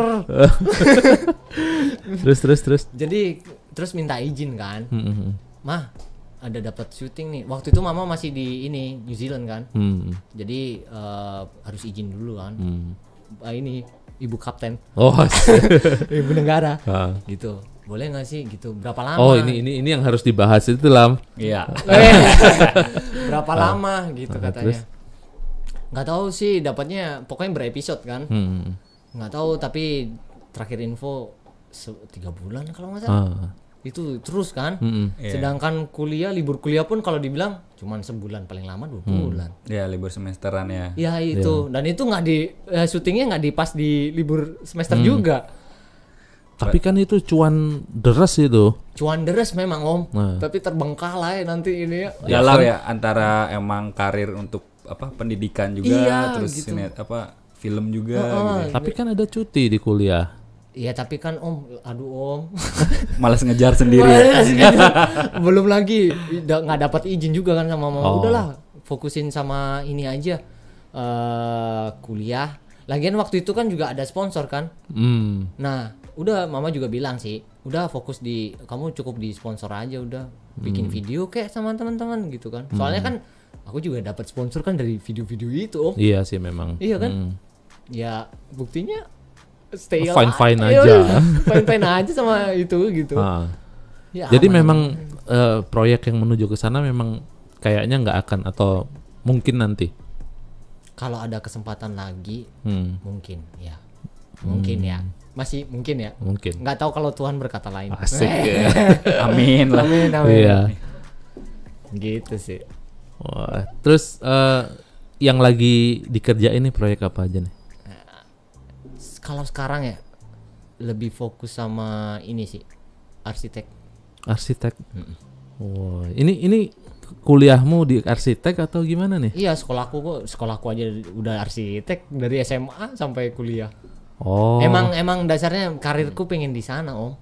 Terus, terus, terus. Jadi terus minta izin kan. Hmm, hmm, Mah, ada dapat syuting nih. Waktu itu mama masih di ini New Zealand kan. hmm, Jadi eh, harus izin dulu kan. hmm. Ah, ini ibu kapten, Oh, ibu negara. ah. Gitu. Boleh nggak sih gitu? Berapa lama? Oh, ini ini ini yang harus dibahas itu, Lam. Iya. Eh, berapa lama gitu Ah, katanya. terus? Nggak tahu sih dapatnya pokoknya berepisode kan. Hmm. Nggak tahu tapi terakhir info se- tiga bulan kalau nggak salah. Ah. Itu terus kan. Hmm. Iya. Sedangkan kuliah libur kuliah pun kalau dibilang cuman sebulan paling lama dua bulan. Ya libur semesteran ya. Ya itu dan itu nggak di eh, syutingnya nggak di pas di libur semester juga. Tapi kan itu cuan deras itu. Cuan deres memang Om, Nah. tapi terbengkalai nanti ini ya. Galau ya antara emang karir untuk apa pendidikan juga Iya, terus gitu. sinet apa film juga Heeh. gitu. Tapi kan ada cuti di kuliah. Iya tapi kan Om, aduh Om, Malas ngejar sendiri. belum lagi da- nggak dapat izin juga kan sama mama. Oh. Udahlah, fokusin sama ini aja eh kuliah. Lagian waktu itu kan juga ada sponsor kan. Hmm. Nah, udah mama juga bilang sih, udah fokus di kamu cukup di sponsor aja udah. Bikin video kayak sama teman-teman gitu kan. Soalnya kan aku juga dapat sponsor kan dari video-video itu, Om. Iya sih memang. Iya kan? Hmm. Ya, buktinya stay Fine-fine alive. aja. Fine-fine aja sama itu gitu. Ah. Ya, Jadi aman. memang eh, proyek yang menuju ke sana memang kayaknya nggak akan atau mungkin nanti. kalau ada kesempatan lagi Hmm. mungkin ya. Mungkin ya. Masih mungkin ya. Mungkin. Nggak tahu kalau Tuhan berkata lain. Asik ya. Amin lah. Amin, amin. Iya. Gitu sih. Wah, terus eh, yang lagi dikerjain nih proyek apa aja nih? S- Kalau sekarang ya lebih fokus sama ini sih. Arsitek. Arsitek. Wah, ini ini kuliahmu di arsitek atau gimana nih? Iya, sekolahku kok sekolahku aja udah arsitek dari S M A sampai kuliah. Oh. Emang emang dasarnya karirku pengen di sana, Om.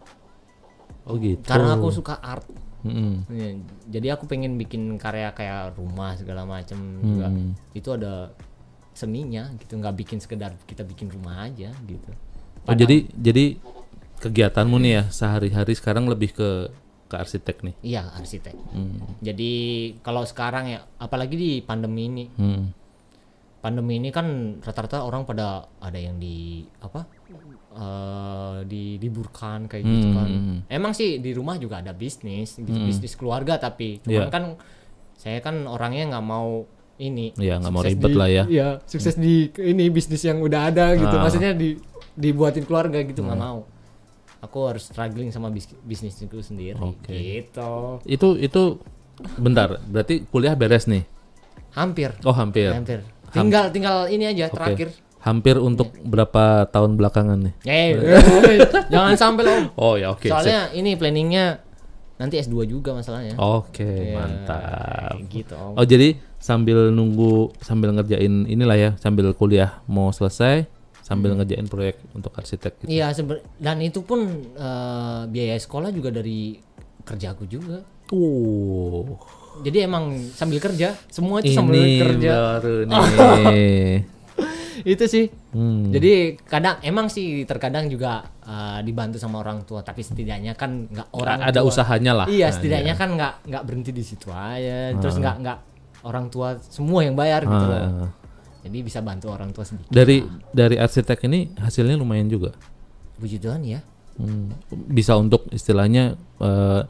Oh gitu. Karena aku suka art. Mm-mm. Ya, jadi aku pengen bikin karya kayak rumah segala macam juga. Hmm. Itu ada seninya gitu, nggak bikin sekedar kita bikin rumah aja gitu. Oh, jadi jadi kegiatanmu nih ya sehari-hari sekarang lebih ke ke arsitek nih. Iya, arsitek. Hmm. Jadi kalau sekarang ya apalagi di pandemi ini. Hmm. Pandemi ini kan rata-rata orang pada ada yang di apa? eh diliburkan kayak gitu Hmm, kan. hmm, hmm. Emang sih di rumah juga ada bisnis, gitu, bisnis keluarga tapi cuman Iya. kan saya kan orangnya nggak mau ini. Iya, nggak mau sukses ribet di- lah ya. Iya, sukses di ini bisnis yang udah ada gitu. Ah. Maksudnya di dibuatin keluarga gitu nggak mau. Aku harus struggling sama bis, bisnisku sendiri Oke. gitu. Itu itu bentar, berarti kuliah beres nih. Hampir. Oh, hampir. Hampir. Tinggal tinggal ini aja Oke. terakhir. Hampir untuk berapa tahun belakangan nih? Eh, jangan sampai loh. Oh ya, oke. sip. Soalnya ini planningnya nanti S dua juga masalahnya. Oke, Ya, mantap. Gitu. Om. Oh, jadi sambil nunggu sambil ngerjain inilah ya, sambil kuliah mau selesai, sambil ngerjain proyek untuk arsitek gitu. Iya, sebe- dan itu pun eh, biaya sekolah juga dari kerjaku juga. Uh. Jadi emang sambil kerja, semua itu sambil Ini kerja. baru nih. Itu sih. Hmm. Jadi kadang emang sih terkadang juga eh, dibantu sama orang tua, tapi setidaknya kan nggak orang ada tua. usahanya lah. Iya, Nah, setidaknya iya. kan nggak nggak berhenti di situ aja. Terus nggak nggak orang tua semua yang bayar gitu loh. Ah. Jadi bisa bantu orang tua sedikit. Dari dari arsitek ini hasilnya lumayan juga. Puji Tuhan ya. Hmm, bisa untuk istilahnya eh,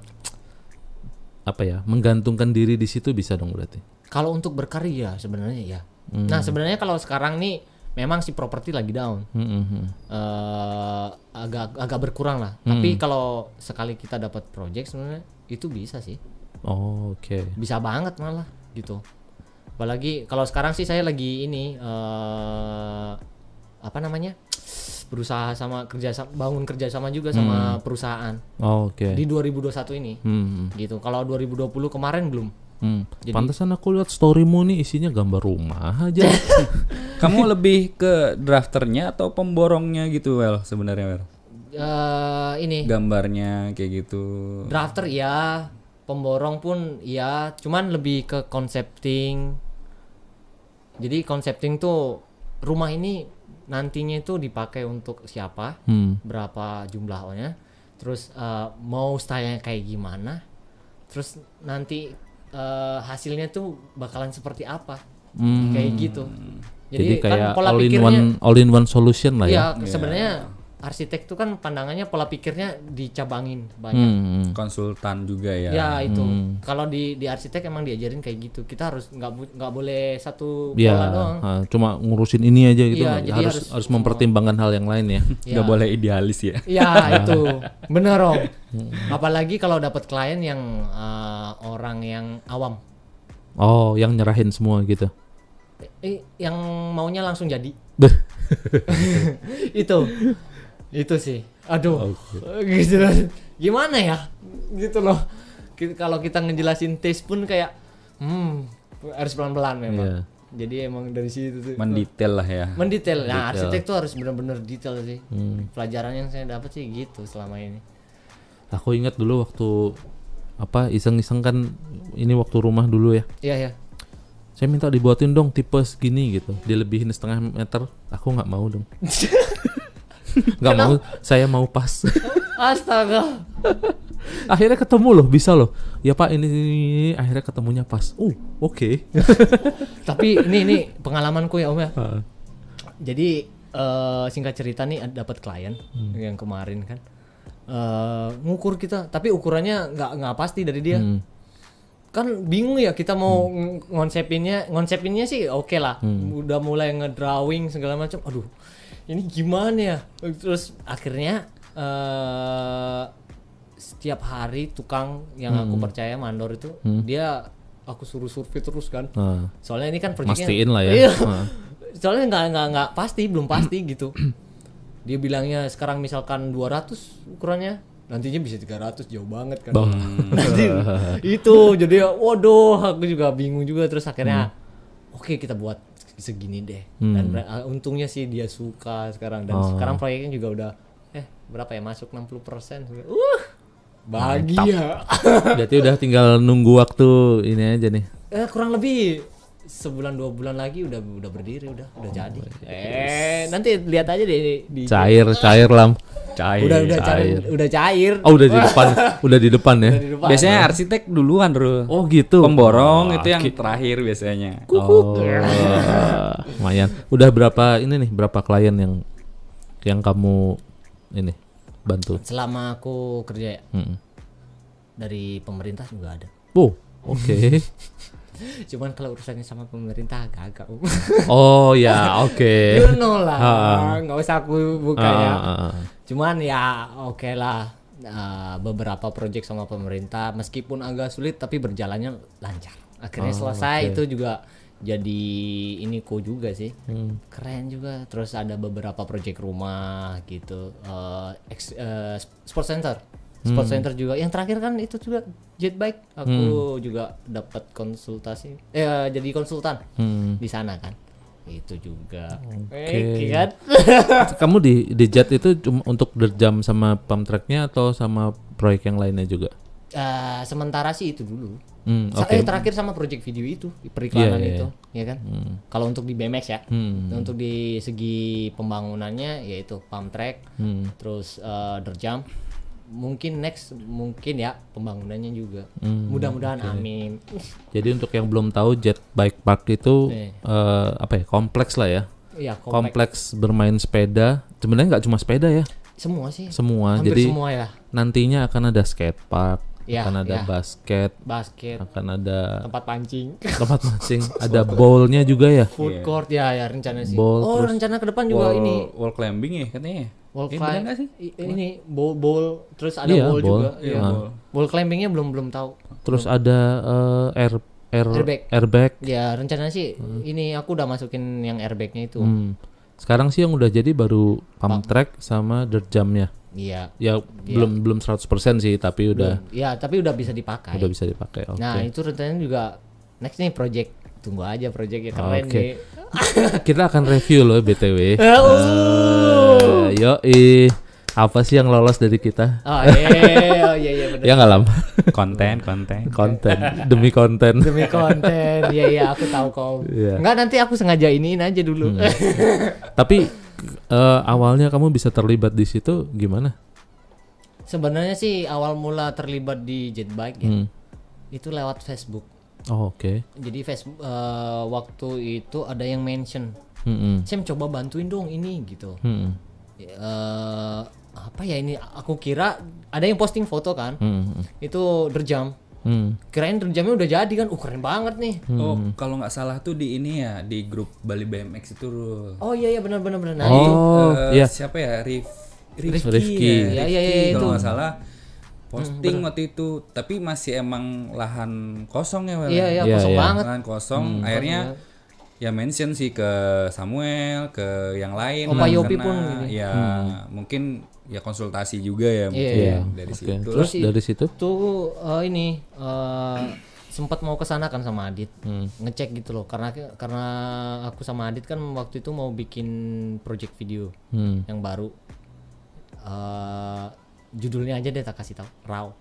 apa ya, menggantungkan diri di situ bisa dong berarti. Kalau untuk berkarya sebenarnya ya. Hmm. Nah sebenarnya kalau sekarang nih memang si properti lagi down, Hmm, hmm, hmm. Eh, agak agak berkurang lah. Hmm. Tapi kalau sekali kita dapat project sebenarnya itu bisa sih, Oh, oke. bisa banget malah gitu. Apalagi kalau sekarang sih saya lagi ini eh apa namanya, berusaha sama kerja sama, bangun kerja sama juga sama perusahaan Oh, oke. di dua ribu dua puluh satu ini. Hmm. Gitu. Kalau dua ribu dua puluh kemarin belum Hmm. Pantesan aku lihat storymu nih isinya gambar rumah aja. Kamu lebih ke drafternya atau pemborongnya gitu, Well, sebenarnya, Well? Uh, ini gambarnya kayak gitu. Drafter ya, pemborong pun ya, cuman lebih ke concepting. Jadi concepting tuh rumah ini nantinya itu dipakai untuk siapa, hmm. berapa jumlahnya, terus uh, mau stylenya kayak gimana, terus nanti Uh, hasilnya tuh bakalan seperti apa, hmm. kayak gitu. Jadi, Jadi kayak kan pola all in one all in one solution lah ya. Iya, sebenarnya arsitek tuh kan pandangannya pola pikirnya dicabangin banyak. Hmm. Konsultan juga ya. Ya itu. Hmm. Kalau di di arsitek emang diajarin kayak gitu. Kita harus nggak nggak boleh satu ya, pola doang. Uh, cuma ngurusin ini aja gitu. Ya, harus harus, harus mempertimbangkan hal yang lain ya. Nggak ya. boleh idealis ya. Ya itu. Bener Om. Apalagi kalau dapat klien yang uh, orang yang awam. Oh, yang nyerahin semua gitu. Eh, yang maunya langsung jadi. Itu. Itu sih. Aduh. Okay. Gitu loh. Gimana ya? Gitu loh. Kalau kita ngejelasin taste pun kayak hmm, harus pelan-pelan memang. Yeah. Jadi emang dari situ tuh mendetail lah ya. Mendetail. Nah, arsitek tuh harus benar-benar detail sih. Hmm. Pelajaran yang saya dapat sih gitu selama ini. Aku ingat dulu waktu apa iseng-iseng kan ini waktu rumah dulu ya. Iya, iya. Saya minta dibuatin dong tipe segini gitu. Dilebihin setengah meter, aku nggak mau dong. Nggak mau, saya mau pas. Astaga. Akhirnya ketemu loh, bisa loh. Ya Pak, ini, ini, ini. Akhirnya ketemunya pas. Uh, oke. Okay. Tapi ini ini pengalamanku ya Om ya. Uh. Jadi uh, singkat cerita nih dapat klien hmm. yang kemarin kan. Uh, ngukur kita, tapi ukurannya nggak nggak pasti dari dia. Hmm. Kan bingung ya kita mau hmm. ngonsepinnya, ngonsepinnya sih oke okay lah. Hmm. Udah mulai ngedrawing segala macam. Aduh, ini gimana ya? Terus akhirnya uh, setiap hari tukang yang hmm. aku percaya mandor itu hmm. dia aku suruh survei terus kan. Hmm. Soalnya ini kan proyeknya. Mastiin lah ya. Hmm. Soalnya nggak nggak nggak pasti, belum pasti gitu. Dia bilangnya sekarang misalkan dua ratus ukurannya, nantinya bisa tiga ratus, jauh banget kan. Nanti itu jadi waduh, aku juga bingung juga. Terus akhirnya hmm. oke okay, kita buat segini deh. Hmm. Dan uh, untungnya sih dia suka sekarang. Dan oh. sekarang proyeknya juga udah eh berapa ya, masuk enam puluh persen. Uh, bahagia. Berarti udah tinggal nunggu waktu ini aja nih. Eh kurang lebih sebulan dua bulan lagi udah udah berdiri, udah udah jadi. Oh, eh nanti lihat aja deh di cair cair lam cair udah udah cair udah cair oh udah di depan udah di depan ya di depan. Biasanya arsitek duluan Rul. Oh gitu, pemborong oh, itu yang gitu. Terakhir biasanya. Oh lumayan. Udah berapa ini nih, berapa klien yang yang kamu ini bantu selama aku kerja ya? Hmm. Dari pemerintah juga ada. Oh oke. Okay. Cuman kalau urusannya sama pemerintah agak-agak. Oh ya, oke. Okay. You know lah, nggak usah aku buka uh, ya. Uh, uh. Cuman ya oke okay lah, uh, beberapa proyek sama pemerintah meskipun agak sulit tapi berjalannya lancar. Akhirnya oh, selesai okay. Itu juga jadi ini ku juga sih, hmm. keren juga. Terus ada beberapa proyek rumah gitu, uh, ex, uh, sport center. Sport hmm. center juga. Yang terakhir kan itu juga jet bike. Aku hmm. juga dapat konsultasi. Eh jadi konsultan hmm. di sana kan. Itu juga. Oke. Okay. Kan? Kamu di di jet itu cuma untuk berjam sama pump tracknya atau sama proyek yang lainnya juga? Uh, sementara sih itu dulu. Hmm, okay. Eh terakhir sama proyek video itu, periklanan yeah, yeah, itu, yeah. ya kan? Hmm. Kalau untuk di B M X ya. Hmm. Untuk di segi pembangunannya yaitu pump track, hmm. terus uh, derjam. Mungkin next mungkin ya pembangunannya juga. Hmm, mudah-mudahan okay. Amin. Jadi untuk yang belum tahu jet bike park itu eh. uh, apa ya, kompleks lah ya. Iya, kompleks. kompleks bermain sepeda. Sebenarnya nggak cuma sepeda ya. Semua sih. Semua. Hampir jadi semua ya. Nantinya akan ada skate park, ya, akan ada ya. basket, basket, akan ada tempat pancing, tempat pancing, ada bowlnya juga ya. Food court yeah. ya ya rencana sih. Bowl, oh terus rencana ke depan juga wall, ini. Wall climbing ya katanya. Wall eh, climb sih? Ini bowl bowl terus ada iya, bowl, bowl juga. Iya. Nah. Bowl. Bowl climbingnya belum belum tahu. Terus belum. ada uh, air air airbag. airbag. Ya rencana sih hmm. ini aku udah masukin yang airbagnya itu. Hmm. Sekarang sih yang udah jadi baru pump track sama dirt jamnya. Iya. Ya belum belum seratus persen sih, tapi udah. Iya, tapi udah bisa dipakai. Udah bisa dipakai. Oke. Nah, itu rencananya juga next nih project. Tunggu aja project ya keren Oke. nih. Kita akan review loh B T W. Uh. Uh, yo ih, apa sih yang lolos dari kita? Oh iya, oh, iya iya benar. Ya nggak Lam? Konten, konten. Konten demi konten. Demi konten. Iya iya, aku tahu kok. Iya. Enggak, nanti aku sengaja iniin aja dulu. Hmm. Tapi uh, awalnya kamu bisa terlibat di situ gimana? Sebenarnya sih awal mula terlibat di jet bike ya. Hmm. Itu lewat Facebook. Oh, oke. Okay. Jadi Facebook uh, waktu itu ada yang mention, Hmm. Sam coba bantuin dong ini gitu. Hmm. Uh, apa ya ini? Aku kira ada yang posting foto kan, Hmm. itu derjam. Hmm. Kirain derjamnya udah jadi kan, uh keren banget nih. Oh, kalau nggak salah tuh di ini ya, di grup Bali B M X itu. Rul. Oh iya iya benar benar benar. Nah, Oh, itu Eh, iya. siapa ya? Rif Rifki. Rifki. Iya, Ya, iya, iya, Rifki, itu. kalau nggak salah posting waktu itu, tapi masih emang lahan kosong ya, Wel. Iya iya Iya, kosong iya. banget. Lahan kosong. Akhirnya ya mention sih ke Samuel, ke yang lain. Opa lah, Yopi karena pun gini. ya mungkin ya konsultasi juga ya mungkin Iya, dari Oke. situ. Terus Terus dari situ? Tuh eh, ini eh, sempat mau kesana kan sama Adit, Hmm. ngecek gitu loh, karena karena aku sama Adit kan waktu itu mau bikin project video Hmm. yang baru. Eh, judulnya aja deh tak kasih tahu, Raw.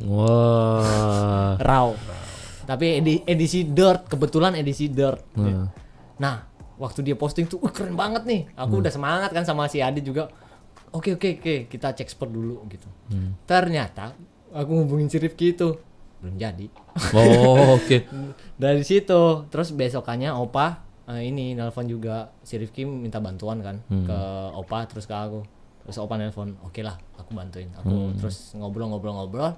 Wah. Raw. Tapi edi- edisi Dirt, kebetulan edisi Dirt. Nah. Nah, waktu dia posting tuh, uh, keren banget nih. Aku udah semangat kan sama si Adit juga. Oke oke oke, kita cek spot dulu gitu. Ternyata aku hubungin si Rifki itu belum jadi. Oh, oke. Dari situ, terus besokannya Opa eh, ini nelpon juga, si Rifki minta bantuan kan ke Opa terus ke aku. Terus Opa nelpon, oke lah, aku bantuin. Aku terus ngobrol-ngobrol-ngobrol.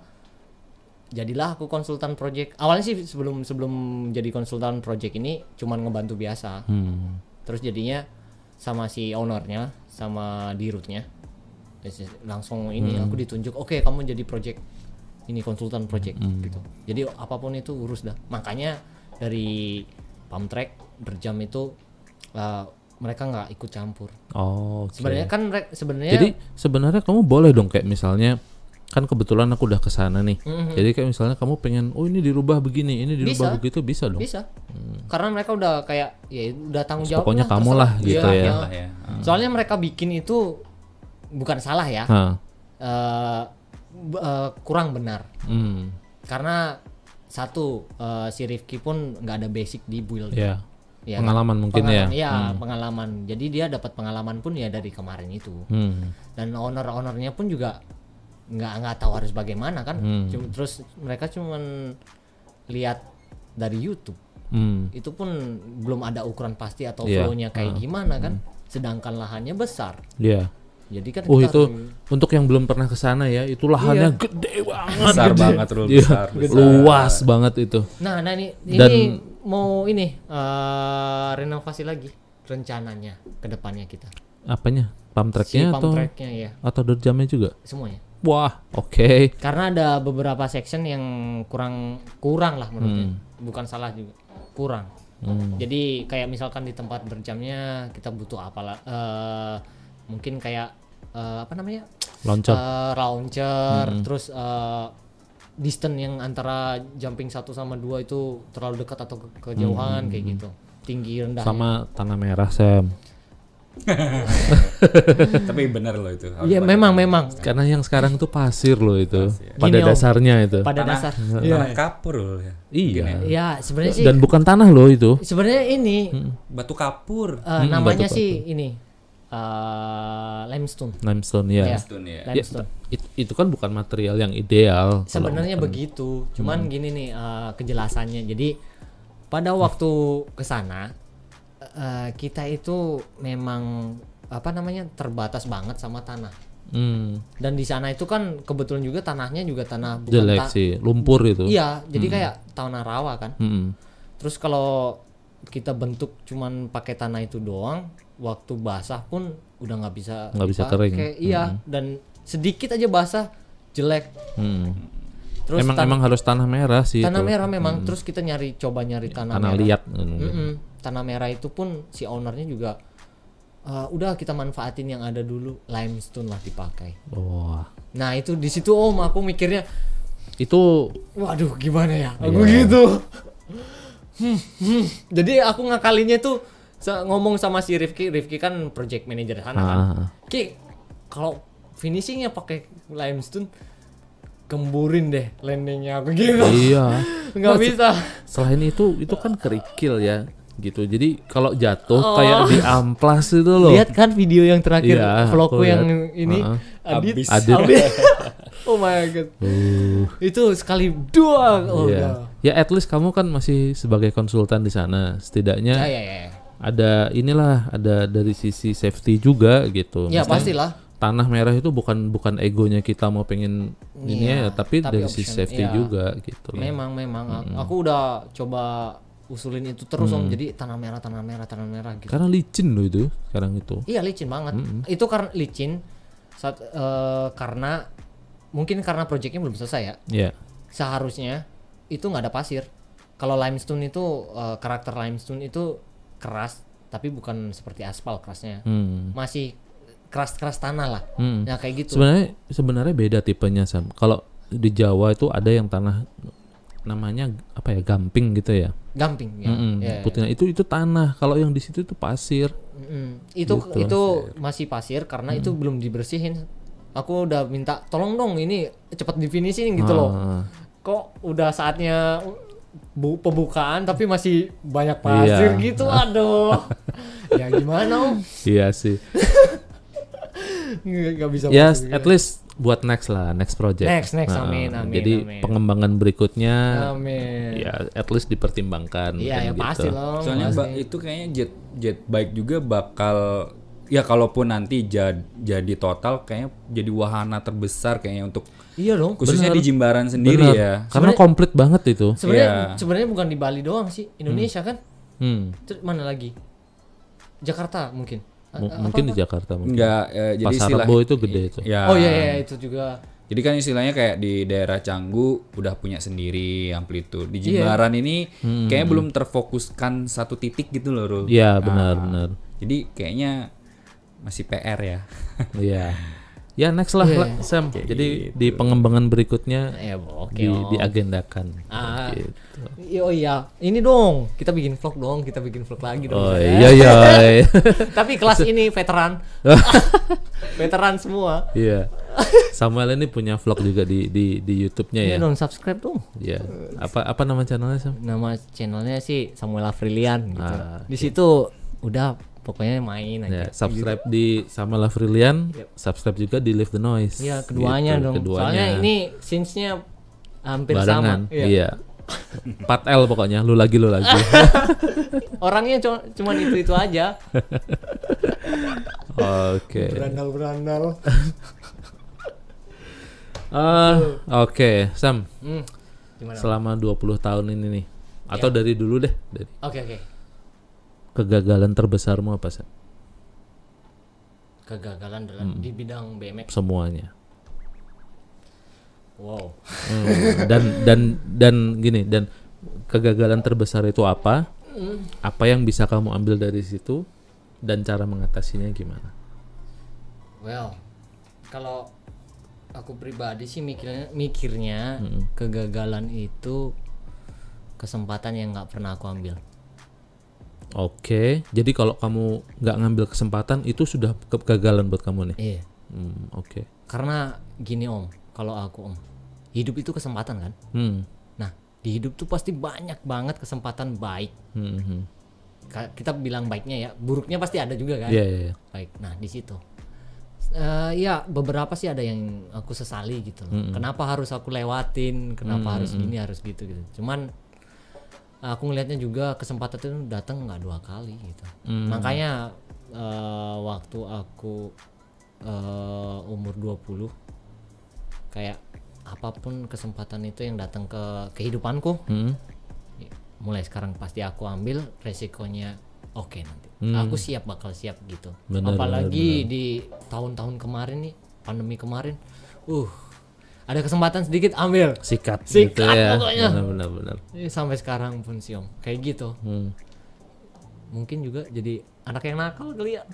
Jadilah aku konsultan project. Awalnya sih sebelum sebelum jadi konsultan project ini cuman ngebantu biasa. Hmm. Terus jadinya sama si ownernya, sama dirutnya, terus langsung ini aku ditunjuk, oke kamu jadi project ini, konsultan project gitu. Jadi apapun itu urus dah. Makanya dari pump track berjam itu uh, mereka nggak ikut campur. Oh, oke. Sebenarnya kan re- sebenarnya Jadi sebenarnya kamu boleh dong kayak misalnya kan kebetulan aku udah kesana nih. Mhm. Jadi kayak misalnya kamu pengen, oh ini dirubah begini, ini dirubah Bisa. begitu, bisa dong. bisa. Karena mereka udah kayak ya udah tanggung jawab. Pokoknya kamu terserah. lah gitu Iya, ya. Lah ya. Soalnya mereka bikin itu bukan salah ya, Hah. eh, b- eh, kurang benar. Hmm. Karena satu eh, si Rifki pun nggak ada basic di build. Ya. Ya, Pengalaman mungkin pengalaman, ya. Iya, pengalaman. Jadi dia dapat pengalaman pun ya dari kemarin itu. Hmm. Dan owner-ownernya pun juga nggak nggak tahu harus bagaimana kan. Hmm. Cuma- terus mereka cuman lihat dari YouTube. Hmm. Itu pun belum ada ukuran pasti atau Iya. flow-nya kayak gimana kan. Sedangkan lahannya besar. Ya. Jadi kan Oh kita itu harus- untuk yang belum pernah ke sana ya, itu lahannya Iya. gede banget. Besar banget, Rul, Iya, besar, besar. luas banget itu. Nah, nah ini Dan- ini mau ini eh, renovasi lagi rencananya ke depannya kita. Apanya? Pump Si tracknya pump atau tracknya ya, atau dirt jamnya juga? semuanya. Wah, oke. Karena ada beberapa section yang kurang kurang lah menurutnya. Hmm. Bukan salah juga, kurang. Hmm. Jadi kayak misalkan di tempat berjamnya kita butuh apalah eh, mungkin kayak eh, apa namanya? Launcher. Eh, launcher, Hmm. terus eh, distance yang antara jumping satu sama dua itu terlalu dekat atau ke- kejauhan kayak gitu. Tinggi rendah. Hmm. Sama tanah merah, Sam. Tapi benar loh itu. harus Iya pakai memang tangan. memang Karena yang sekarang tuh pasir loh itu. Pada Gini, Om. dasarnya itu. pada Tanah- dasar. tanah kapur loh ya. Iya. Ya sebenarnya sih Dan bukan tanah loh itu. sebenarnya ini Batu kapur. eh, namanya batu-batu. sih ini eh, limestone. Limestone ya. Iya. Itu nih ya. Ya, Limestone. it- itu kan bukan material yang ideal. kalau Sebenarnya bukan- begitu, cuman gini nih eh, kejelasannya. Jadi pada waktu ke sana eh, kita itu memang apa namanya terbatas banget sama tanah. Hmm, Dan di sana itu kan kebetulan juga tanahnya juga tanah bukan jelek ta- sih, lumpur itu. Iya, jadi kayak tanah rawa kan. Hmm. Terus kalau kita bentuk cuman pakai tanah itu doang, waktu basah pun udah nggak bisa Nggak bisa dipakai. kering. Iya, dan sedikit aja basah jelek. Hmm. Terus emang tan- emang harus tanah merah sih tanah itu. merah memang. Terus kita nyari coba nyari tanah, Tanah merah. liat. Mm-mm. Tanah merah itu pun si ownernya juga uh, udah kita manfaatin yang ada dulu, limestone lah dipakai. Wah. Nah itu di situ Om aku mikirnya Itu waduh gimana ya aku Iya. gitu. Hmm, hmm. Jadi aku ngakalinnya tuh se- ngomong sama si Rifki, Rifki kan project manager sana kan. Ah. Ki kalau finishingnya pakai limestone gemburin deh landingnya aku gitu. Iya. Nggak bisa. Selain itu itu kan kerikil ya gitu. Jadi kalau jatuh Oh. kayak di amplas itu loh. Lihat kan video yang terakhir Iya, vlogku aku yang lihat. ini Uh-uh. Adit. Abis. Adit. Oh my god. Uh, Itu sekali dua. Oh iya. udah. Ya at least kamu kan masih sebagai konsultan di sana. Setidaknya Ya ya ya. ada inilah ada dari sisi safety juga gitu. Ya Maksudnya pastilah. tanah merah itu bukan bukan egonya kita mau pengen ini Iya, ya, tapi, tapi dari sisi option, safety iya. juga gitu. Memang memang aku udah coba usulin itu terus Om. Jadi tanah merah tanah merah tanah merah gitu. Karena licin loh itu sekarang itu. Iya licin banget. Itu karena licin saat, eh, karena mungkin karena proyeknya belum selesai ya. Ya. Seharusnya itu nggak ada pasir. Kalau limestone itu eh, karakter limestone itu keras tapi bukan seperti aspal kerasnya. Hmm. Masih keras-keras tanah lah. Hmm. Nah kayak gitu. Sebenarnya sebenarnya beda tipenya Sam. Kalau di Jawa itu ada yang tanah namanya apa ya gamping gitu ya. Gamping ya. Mm-mm, Ya, ya. putihnya itu itu tanah. Kalau yang di situ itu pasir. Mm-mm. Itu Gitu. itu masih pasir karena itu belum dibersihin. Aku udah minta tolong dong ini cepat difinishin gitu loh. Ah. Kok udah saatnya bu pembukaan tapi masih banyak pasir Iya. gitu. Aduh. Ya gimana Om? Iya sih. Nggak, nggak bisa. Ya masuk at gitu. least buat next lah, next project. Next, next, Nah, amin, amin, Jadi amin. pengembangan berikutnya Amin. ya at least dipertimbangkan. Iya kan ya gitu. pasti loh. Soalnya pasti. ba- itu kayaknya jet jet bike juga bakal ya kalaupun nanti jad- jadi total kayaknya jadi wahana terbesar kayaknya untuk Iya dong. khususnya Bener. di Jimbaran sendiri Benar. ya. Karena komplit banget itu. Sebenarnya Iya. sebenarnya bukan di Bali doang sih, Indonesia kan. Hmm. Terus mana lagi? Jakarta mungkin. A- M- apa- mungkin di apa? Jakarta mungkin. Enggak eh, jadi Pasar istilah Rebo itu gede itu. ya. Oh iya, iya itu juga. Jadi kan istilahnya kayak di daerah Canggu udah punya sendiri amplitude. Di Iya. Jimbaran ini kayaknya belum terfokuskan satu titik gitu loh, Rul. Iya Nah, benar-benar. Jadi kayaknya masih P R ya. Iya. Ya next lah, Iya. lah, Sam. Jadi di pengembangan berikutnya Ya oke. di, Om. diagendakan. Ah. Gitu. Iya, oh iya, ini dong kita bikin vlog dong, kita bikin vlog lagi dong. Oh ya. iya iya. Tapi kelas ini veteran, veteran semua. Iya. Samuel ini punya vlog juga di di di YouTube-nya ya. Ini dong subscribe dong. Iya. Apa apa nama channelnya Sam? Nama channelnya sih Samuel Afrilian gitu. Ah, Di situ udah pokoknya main aja. Ya, subscribe di Samuel Afrilian, subscribe juga di Leave the Noise. Iya keduanya Gitu, dong. Keduanya. Soalnya ini scenes-nya hampir barengan. sama. Iya. Iya. empat L pokoknya, lu lagi lu lagi. Orangnya cuma cuman itu itu aja. Oke. Berandal-berandal. Ah, oke, Sam. Hmm. Gimana? Selama dua puluh tahun ini nih. Atau dari dulu deh, dari Oke oke. kegagalan terbesarmu apa, Sam? Kegagalan dalam di bidang B M X. Semuanya. Wow. Hmm, dan dan dan gini, dan kegagalan terbesar itu apa? Apa yang bisa kamu ambil dari situ dan cara mengatasinya gimana? Well, kalau aku pribadi sih mikirnya mikirnya kegagalan itu kesempatan yang nggak pernah aku ambil. Oke, jadi kalau kamu nggak ngambil kesempatan itu sudah kegagalan buat kamu nih. Iya. Hmm, oke. Karena gini Om, kalau aku Om, hidup itu kesempatan kan. Hmm. Nah, di hidup tuh pasti banyak banget kesempatan baik. Hmm, hmm. Ka- Kita bilang baiknya ya, buruknya pasti ada juga kan. Iya, iya, iya. Baik. Nah, di situ. Eh, ya beberapa sih ada yang aku sesali gitu loh. Kenapa harus aku lewatin? Kenapa harus gini, harus gitu gitu. Cuman aku ngelihatnya juga kesempatan itu datang nggak dua kali gitu. Makanya eh, waktu aku eh, umur dua puluh kayak apapun kesempatan itu yang datang ke kehidupanku, Hmm. mulai sekarang pasti aku ambil resikonya. Oke nanti aku siap, bakal siap gitu. Benar, Apalagi di tahun-tahun kemarin nih, pandemi kemarin, uh ada kesempatan sedikit ambil. Sikat, Sikat gitu ya. pokoknya. Benar-benar. Eh, sampai sekarang pun sih Om kayak gitu. Hmm. Mungkin juga jadi anak yang nakal kali ya.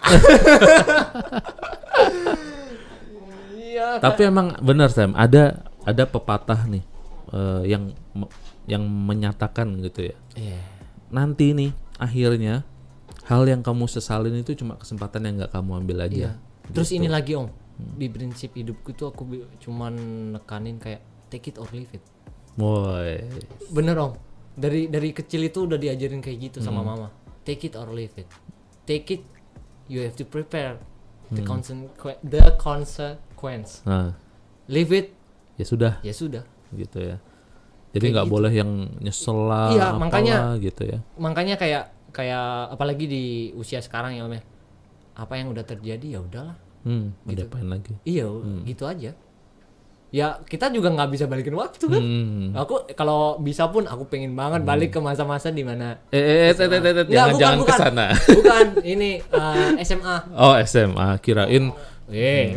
Iya. Tapi emang benar Sam, ada ada pepatah nih uh, yang yang menyatakan gitu ya. Iya. Nanti nih akhirnya hal yang kamu sesalin itu cuma kesempatan yang nggak kamu ambil aja. Iya. Terus gitu. ini lagi Om, di prinsip hidupku tuh aku bi- cuman nekanin kayak take it or leave it. Woi. Bener Om. Dari dari kecil itu udah diajarin kayak gitu hmm. sama mama. Take it or leave it. Take it, you have to prepare the hmm. consequence. The consequence. Nah. Leave it, ya sudah. Ya sudah. Gitu ya. Jadi nggak gitu. Boleh yang nyesel lah. Iya, makanya gitu ya. Makanya kayak kayak apalagi di usia sekarang ya Om ya. Apa yang udah terjadi ya udahlah. Hmm. Gitu. Diapain lagi? Iya, hmm. gitu aja. Ya kita juga nggak bisa balikin waktu kan. Hmm. Aku kalau bisa pun aku pengen banget hmm. balik ke masa-masa di mana. Eh, eh, eh, eh, eh, eh jangan jangan bukan, kesana. Bukan, ini uh, S M A. Oh S M A, kirain. Eh.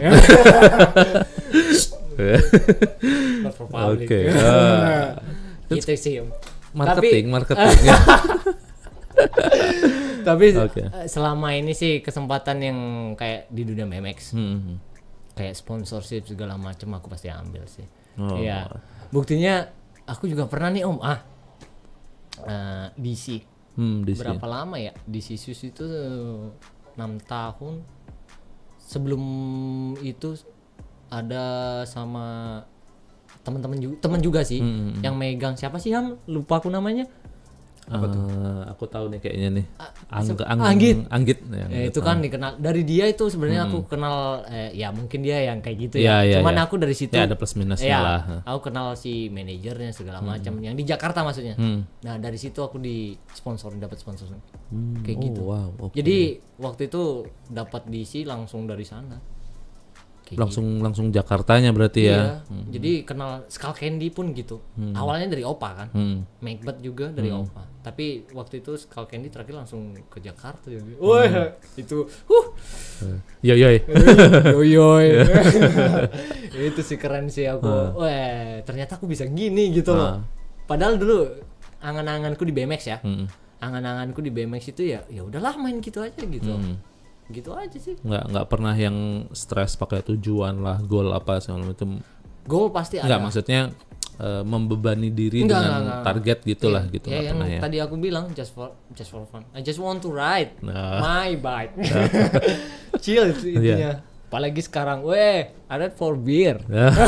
Oke. Gitu sih. Marketing, tapi, marketing. Tapi okay. selama ini sih kesempatan yang kayak di dunia B M X. Hmm. Kayak sponsorship segala macam aku pasti ambil sih. Oh. Iya. Buktinya aku juga pernah nih Om ah uh, D C. Hmm, D C. Berapa lama ya D C Sus itu enam tahun. Sebelum itu ada sama teman-teman juga teman juga sih hmm. yang megang siapa sih Ham? Lupa aku namanya. Apa uh, tuh? Aku tahu nih kayaknya nih. Angg- Ang- Ang- Anggit. Anggit. Ya, ya, itu kan dikenal dari dia itu sebenarnya hmm. aku kenal eh, ya mungkin dia yang kayak gitu ya. ya, ya Cuman ya. aku dari situ ya ada plus minusnya ya, lah. Aku kenal si manajernya segala hmm. macam yang di Jakarta maksudnya. Hmm. Nah, dari situ aku di sponsorin dapat sponsor. Hmm. Kayak oh, gitu. Wow, okay. Jadi waktu itu dapat D C langsung dari sana. Kayak langsung gitu. Langsung Jakartanya berarti iya, ya. Hmm. Jadi kenal Skull Candy pun gitu. Hmm. Awalnya dari Opa kan. Hmm. Macbeth juga dari hmm. Opa. Tapi waktu itu Skull Candy terakhir langsung ke Jakarta ya. Hmm. Wah, itu huh. Yo yo. Yo yo. Itu sih keren sih aku. Hmm. Wah, ternyata aku bisa gini gitu hmm. loh. Padahal dulu angan-anganku di B M X ya. Hmm. Angan-anganku di B M X itu ya ya udahlah main gitu aja gitu. Hmm. Gitu aja sih. Nggak nggak pernah yang stres pakai tujuan lah, goal apa segala macam. Goal pasti ada. Nggak, maksudnya uh, membebani diri enggak, dengan enggak, enggak. target gitulah yeah, gitu. Ya, yang pernah, ya. Tadi aku bilang just for just for fun. I just want to ride nah. my bike. Chill itu intinya. Yeah. Apalagi sekarang, weh, I ride for beer.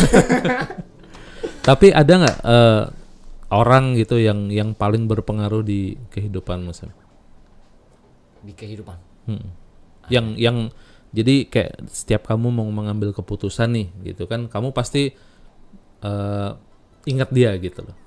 Tapi ada nggak uh, orang gitu yang yang paling berpengaruh di kehidupanmu, Sam? Di kehidupan. Hmm. Yang yang jadi kayak setiap kamu mau mengambil keputusan nih gitu kan, kamu pasti uh, ingat dia gitu loh.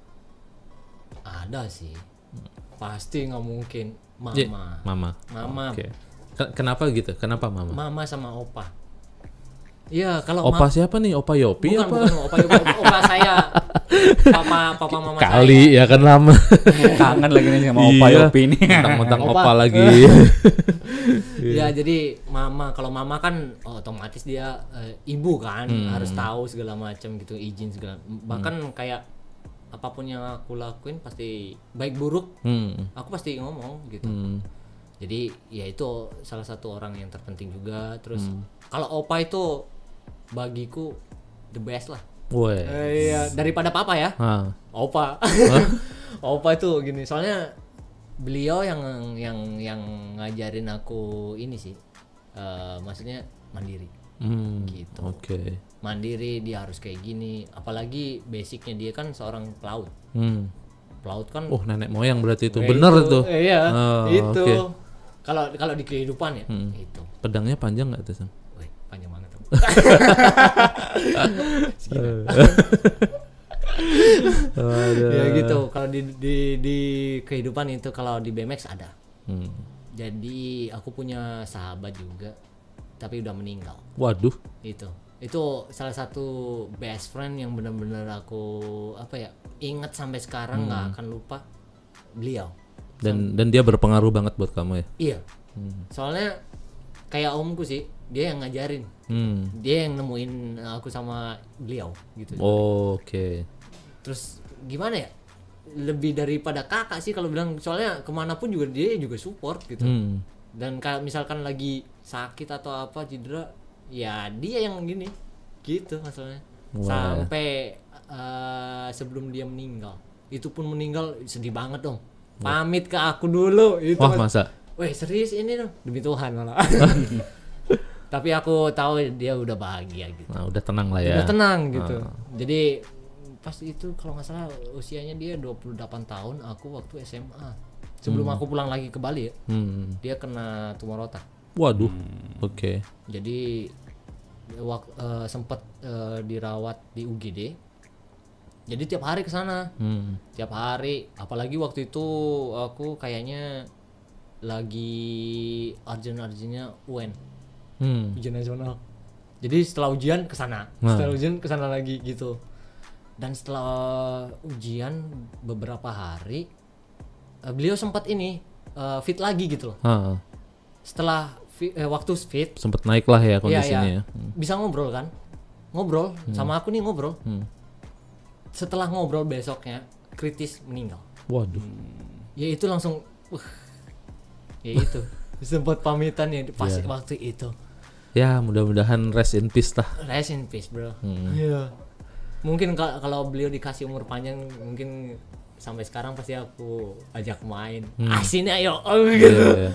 Ada sih, pasti nggak mungkin. Mama. J- mama. Mama. Oke. Okay. Kenapa gitu? Kenapa mama? Mama sama opa. Iya kalau. Opa ma- siapa nih? Opa Yopi bukan, apa? Bukan opa Yopi. Opa saya. Papa papa mama Kali saya. ya kan lama. Kangen lagi nih sama Opa iya. Yopi ini. Mentang-mentang opa, opa lagi. Ya jadi mama, kalau mama kan oh, otomatis dia uh, ibu kan, hmm. harus tahu segala macam gitu, izin segala. Bahkan hmm. kayak apapun yang aku lakuin pasti baik buruk, hmm. aku pasti ngomong gitu. Hmm. Jadi ya itu salah satu orang yang terpenting juga. Terus hmm. kalau opa itu bagiku the best lah. Woi. Eh, iya, daripada papa ya. Ha. Opa. Opa itu gini, soalnya beliau yang yang yang ngajarin aku ini sih. Uh, maksudnya mandiri. Hmm, gitu. Oke. Okay. Mandiri, dia harus kayak gini, apalagi basicnya dia kan seorang pelaut. Hmm. Pelaut kan. Oh, nenek moyang berarti itu. Bener itu. Eh, iya. Oh, itu. Okay. Kalau kalau di kehidupan ya, hmm. itu. Pedangnya panjang enggak tuh, Sam? Wih, panjang banget tuh. Ya gitu. Kalau di di di kehidupan itu, kalau di B M X ada. Hmm. Jadi aku punya sahabat juga, tapi udah meninggal. Waduh. Itu. Itu salah satu best friend yang benar-benar aku apa ya, ingat sampai sekarang, nggak hmm. akan lupa beliau. Dan Sam- dan dia berpengaruh banget buat kamu ya? Iya. Hmm. Soalnya kayak omku sih, dia yang ngajarin. Hmm. Dia yang nemuin aku sama beliau gitu. Oh, oke. Okay. Terus gimana ya? Lebih daripada kakak sih kalau bilang, soalnya kemanapun juga dia juga support gitu. Hmm. Dan kalau misalkan lagi sakit atau apa cedera, ya dia yang gini, gitu masalahnya. Wah. Sampai uh, sebelum dia meninggal, itu pun meninggal sedih banget dong. Pamit ke aku dulu. Itu Wah masa? Weh serius ini dong, demi Tuhan malah. Tapi aku tahu dia udah bahagia gitu. Nah, udah tenang lah ya. Udah tenang gitu. Uh. Jadi pas itu kalau nggak salah usianya dia dua puluh delapan tahun, aku waktu S M A. Sebelum hmm. aku pulang lagi ke Bali ya, hmm. dia kena tumor otak. Waduh, hmm. oke. Okay. Jadi wak, uh, sempat uh, dirawat di U G D. Jadi tiap hari ke sana, hmm. tiap hari. Apalagi waktu itu aku kayaknya lagi urgent-urgentnya U N. Hmm. Ujian nasional. Jadi setelah ujian ke sana, nah. setelah ujian ke sana lagi gitu. Dan setelah ujian beberapa hari uh, beliau sempat ini uh, fit lagi gitu loh. Ha. Setelah fit, eh, waktu fit sempat naik lah ya kondisinya. Iya, iya. Hmm. Bisa ngobrol kan? Ngobrol hmm. sama aku nih ngobrol. Hmm. Setelah ngobrol besoknya kritis meninggal. Waduh. Ya itu langsung uh, ya itu sempat pamitan ya pas yeah. waktu itu. Ya mudah-mudahan rest in peace lah. Rest in peace bro. Hmm. Yeah. Mungkin k- kalau beliau dikasih umur panjang mungkin sampai sekarang pasti aku ajak main. Hmm. Asin ayo. Oh, gitu. Yeah, yeah.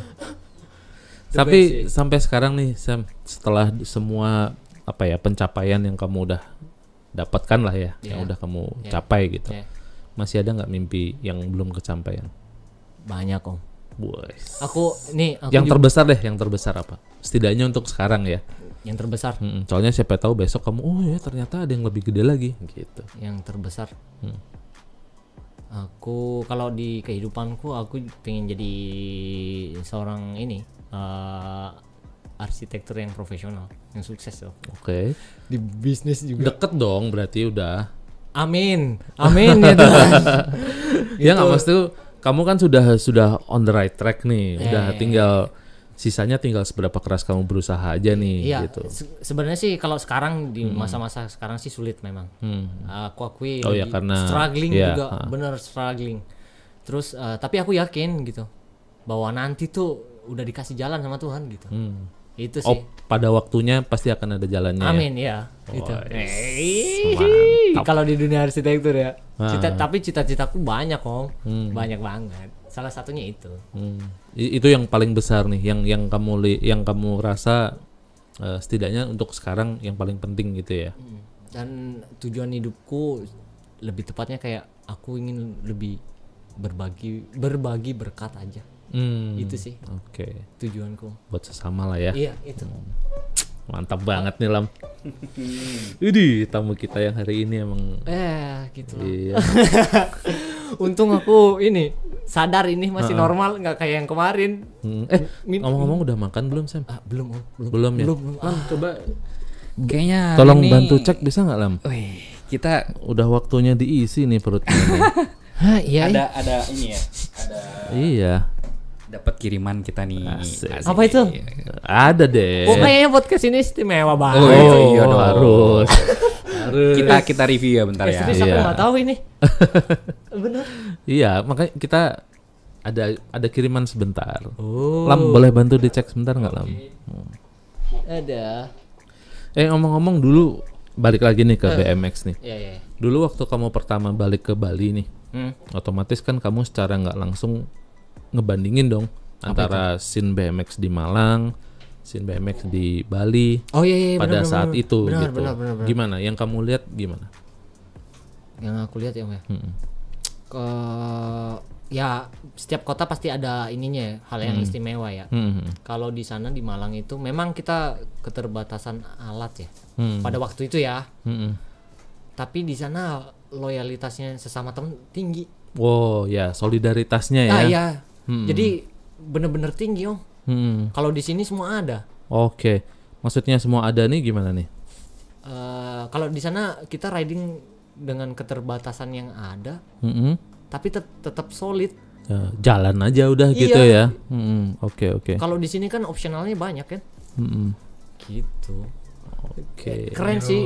Tapi sampai sekarang nih Sam, setelah semua apa ya pencapaian yang kamu udah dapatkan lah ya, yeah. yang udah kamu yeah. capai gitu. Yeah. Masih ada nggak mimpi yang belum kecampaian? Banyak om. Boys. Aku nih aku yang juga, terbesar deh, yang terbesar apa? Setidaknya untuk sekarang ya. Yang terbesar. Hmm, soalnya siapa tahu besok kamu, oh ya ternyata ada yang lebih gede lagi, gitu. Yang terbesar. Hmm. Aku kalau di kehidupanku aku pengen jadi seorang ini uh, arsitektur yang profesional, yang sukses loh. Oke. Okay. Di bisnis juga. Deket dong, berarti udah. Amin, amin ya Tuhan. Gitu. Ya nggak maksud kamu kan sudah sudah on the right track nih, eh, udah tinggal sisanya tinggal seberapa keras kamu berusaha aja nih. Iya, gitu. Se- sebenarnya sih kalau sekarang di masa-masa hmm. sekarang sih sulit memang. Hmm. Aku akui oh, ya, karena, struggling ya, juga, ha. bener struggling. Terus uh, tapi aku yakin gitu bahwa nanti tuh udah dikasih jalan sama Tuhan gitu. Hmm. Itu sih. Oh, pada waktunya pasti akan ada jalannya. Amin ya. ya itu. Hey, kalau di dunia arsitektur ya. Cita, tapi cita-citaku banyak om, hmm. banyak banget. Salah satunya itu. Hmm. I- itu yang paling besar nih, yang yang kamu li- yang kamu rasa uh, setidaknya untuk sekarang yang paling penting gitu ya. Hmm. Dan tujuan hidupku lebih tepatnya kayak aku ingin lebih berbagi berbagi berkat aja. Hmm, itu sih. Oke. Okay. Tujuanku. Buat sesama lah ya. Iya, itu. Hmm. Mantap banget nih Lam. Ini tamu kita yang hari ini emang. Eh, gitu lah. Iya. Untung aku ini sadar ini masih uh-uh. normal, nggak kayak yang kemarin. Hmm. Eh, Min- ngomong-ngomong udah makan belum Sam? Ah, belum, belum. Belum ya. Belum. Ah, coba. Kayaknya. Tolong ini... bantu cek bisa nggak Lam? Wih, kita udah waktunya diisi nih perutnya. Nih. Hah, iya. Ada ada ini ya. Ada. Iya. Dapat kiriman kita nih. Asik. Asik. Apa itu? Ada deh. Oh, kayaknya podcast ini istimewa banget. Oh, oh iya dong. Harus. Harus. Kita kita review ya bentar eh, ya. Serius aku nggak tahu ini. Benar. Iya, makanya kita ada ada kiriman sebentar. Oh. Lam boleh bantu dicek sebentar nggak Lam? Hmm. Ada. Eh ngomong-ngomong dulu balik lagi nih ke uh. B M X nih. Iya, iya. Dulu waktu kamu pertama balik ke Bali nih, hmm. otomatis kan kamu secara nggak langsung ngebandingin dong apa antara itu? Scene B M X di Malang, scene B M X di Bali. Oh iya, iya pada benar, saat benar, itu benar, gitu. Benar, benar, benar. Gimana? Yang kamu lihat gimana? Yang aku lihat ya, Mbak. Hmm. Ke ya setiap kota pasti ada ininya ya, hal yang hmm. istimewa ya. Hmm. Kalau di sana di Malang itu memang kita keterbatasan alat ya. Hmm. Pada waktu itu ya. Hmm. Tapi di sana loyalitasnya sesama teman tinggi. Wow, ya solidaritasnya ya. Ah, iya. Hmm. Jadi bener-bener tinggi om. Hmm. Kalau di sini semua ada. Oke, maksudnya semua ada nih gimana nih? Uh, kalau di sana kita riding dengan keterbatasan yang ada, hmm. tapi tet- tetap solid. Ya, jalan aja udah iya. gitu ya. Hmm. Oke oke. Kalau di sini kan opsionalnya banyak kan? Hmm. Gitu. Oke. Keren sih.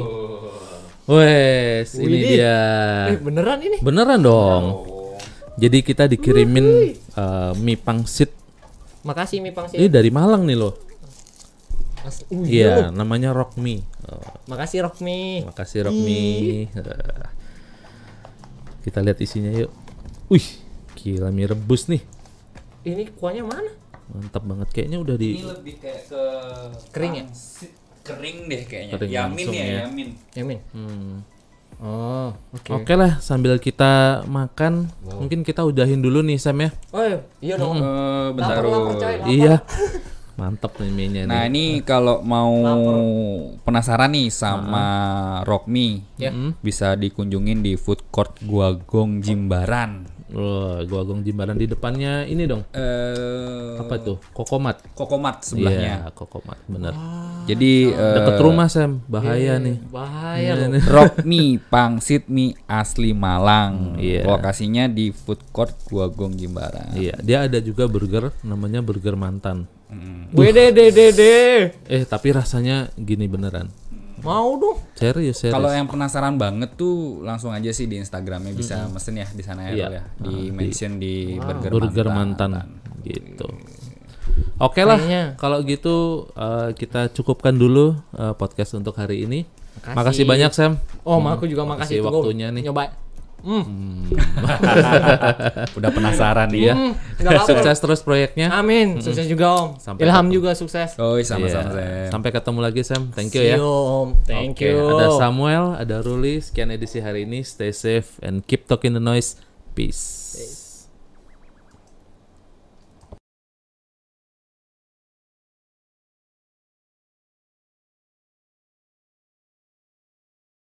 Wes, ini dia. Eh, beneran ini? Beneran dong. Oh. Jadi kita dikirimin uh, mie pangsit Makasih Mi Pangsit. Ini dari Malang nih loh. Mas- uh, Iya, namanya Rockme. Oh, Makasih Rockme. makasih Rockme. Eh, kita lihat isinya yuk. Wih, gila mie rebus nih. Ini kuahnya mana? Mantap banget, kayaknya udah di Ini lebih kayak ke Kering ya? pangsit. Kering deh kayaknya. Kering Yamin langsung ya, ya. yamin. Yamin. Hmm. Oh, oke. Oke lah, sambil kita makan, mungkin kita udahin dulu nih Sam ya. Oh iya, iya dong. Eh, bentar. Lapar, lapar, coy, lapar. Iya. Mantap nih mie-nya Nah, nih. ini kalau mau penasaran nih sama Rockme, Ya. bisa dikunjungin di food court Guagong Jimbaran. Wah, gua Agung Jimbaran di depannya ini dong. Eh, Apa tuh? Kokomat. Kokomat sebelahnya. Iya, Kokomat, bener. Jadi eh, Deket rumah Sam, bahaya nih. Bahaya loh. Rockme Pangsit Mie asli Malang. iya. Lokasinya di food court Guagong Jimbaran. Iya, dia ada juga burger namanya burger mantan. Wede de de de. Eh, tapi rasanya gini beneran. Mau dong. Serius, serius. Kalau yang penasaran banget tuh langsung aja sih di Instagramnya bisa mesen ya di sana ya, Iya. Rol ya. Di mention di burger, burger mantan, gitu. Oke lah, Kayaknya. kalau gitu eh, kita cukupkan dulu eh, podcast untuk hari ini. Makasih. Makasih banyak Sam. Oh, aku juga makasih makasih tuh, Gom. waktunya nih. Nyoba. Hmm. Udah penasaran nih ya. Hmm, nggak apa-apa. Sukses terus proyeknya. Amin. Sukses juga Om. Sampai Ilham ketemu. juga sukses. Oh, Iya. sama-sama Sam. Sampai ketemu lagi Sam. Thank you See ya. you, Om. Thank Oke, you. ada Samuel, ada Ruli. Sekian edisi hari ini. Stay safe and keep talking the noise. Peace.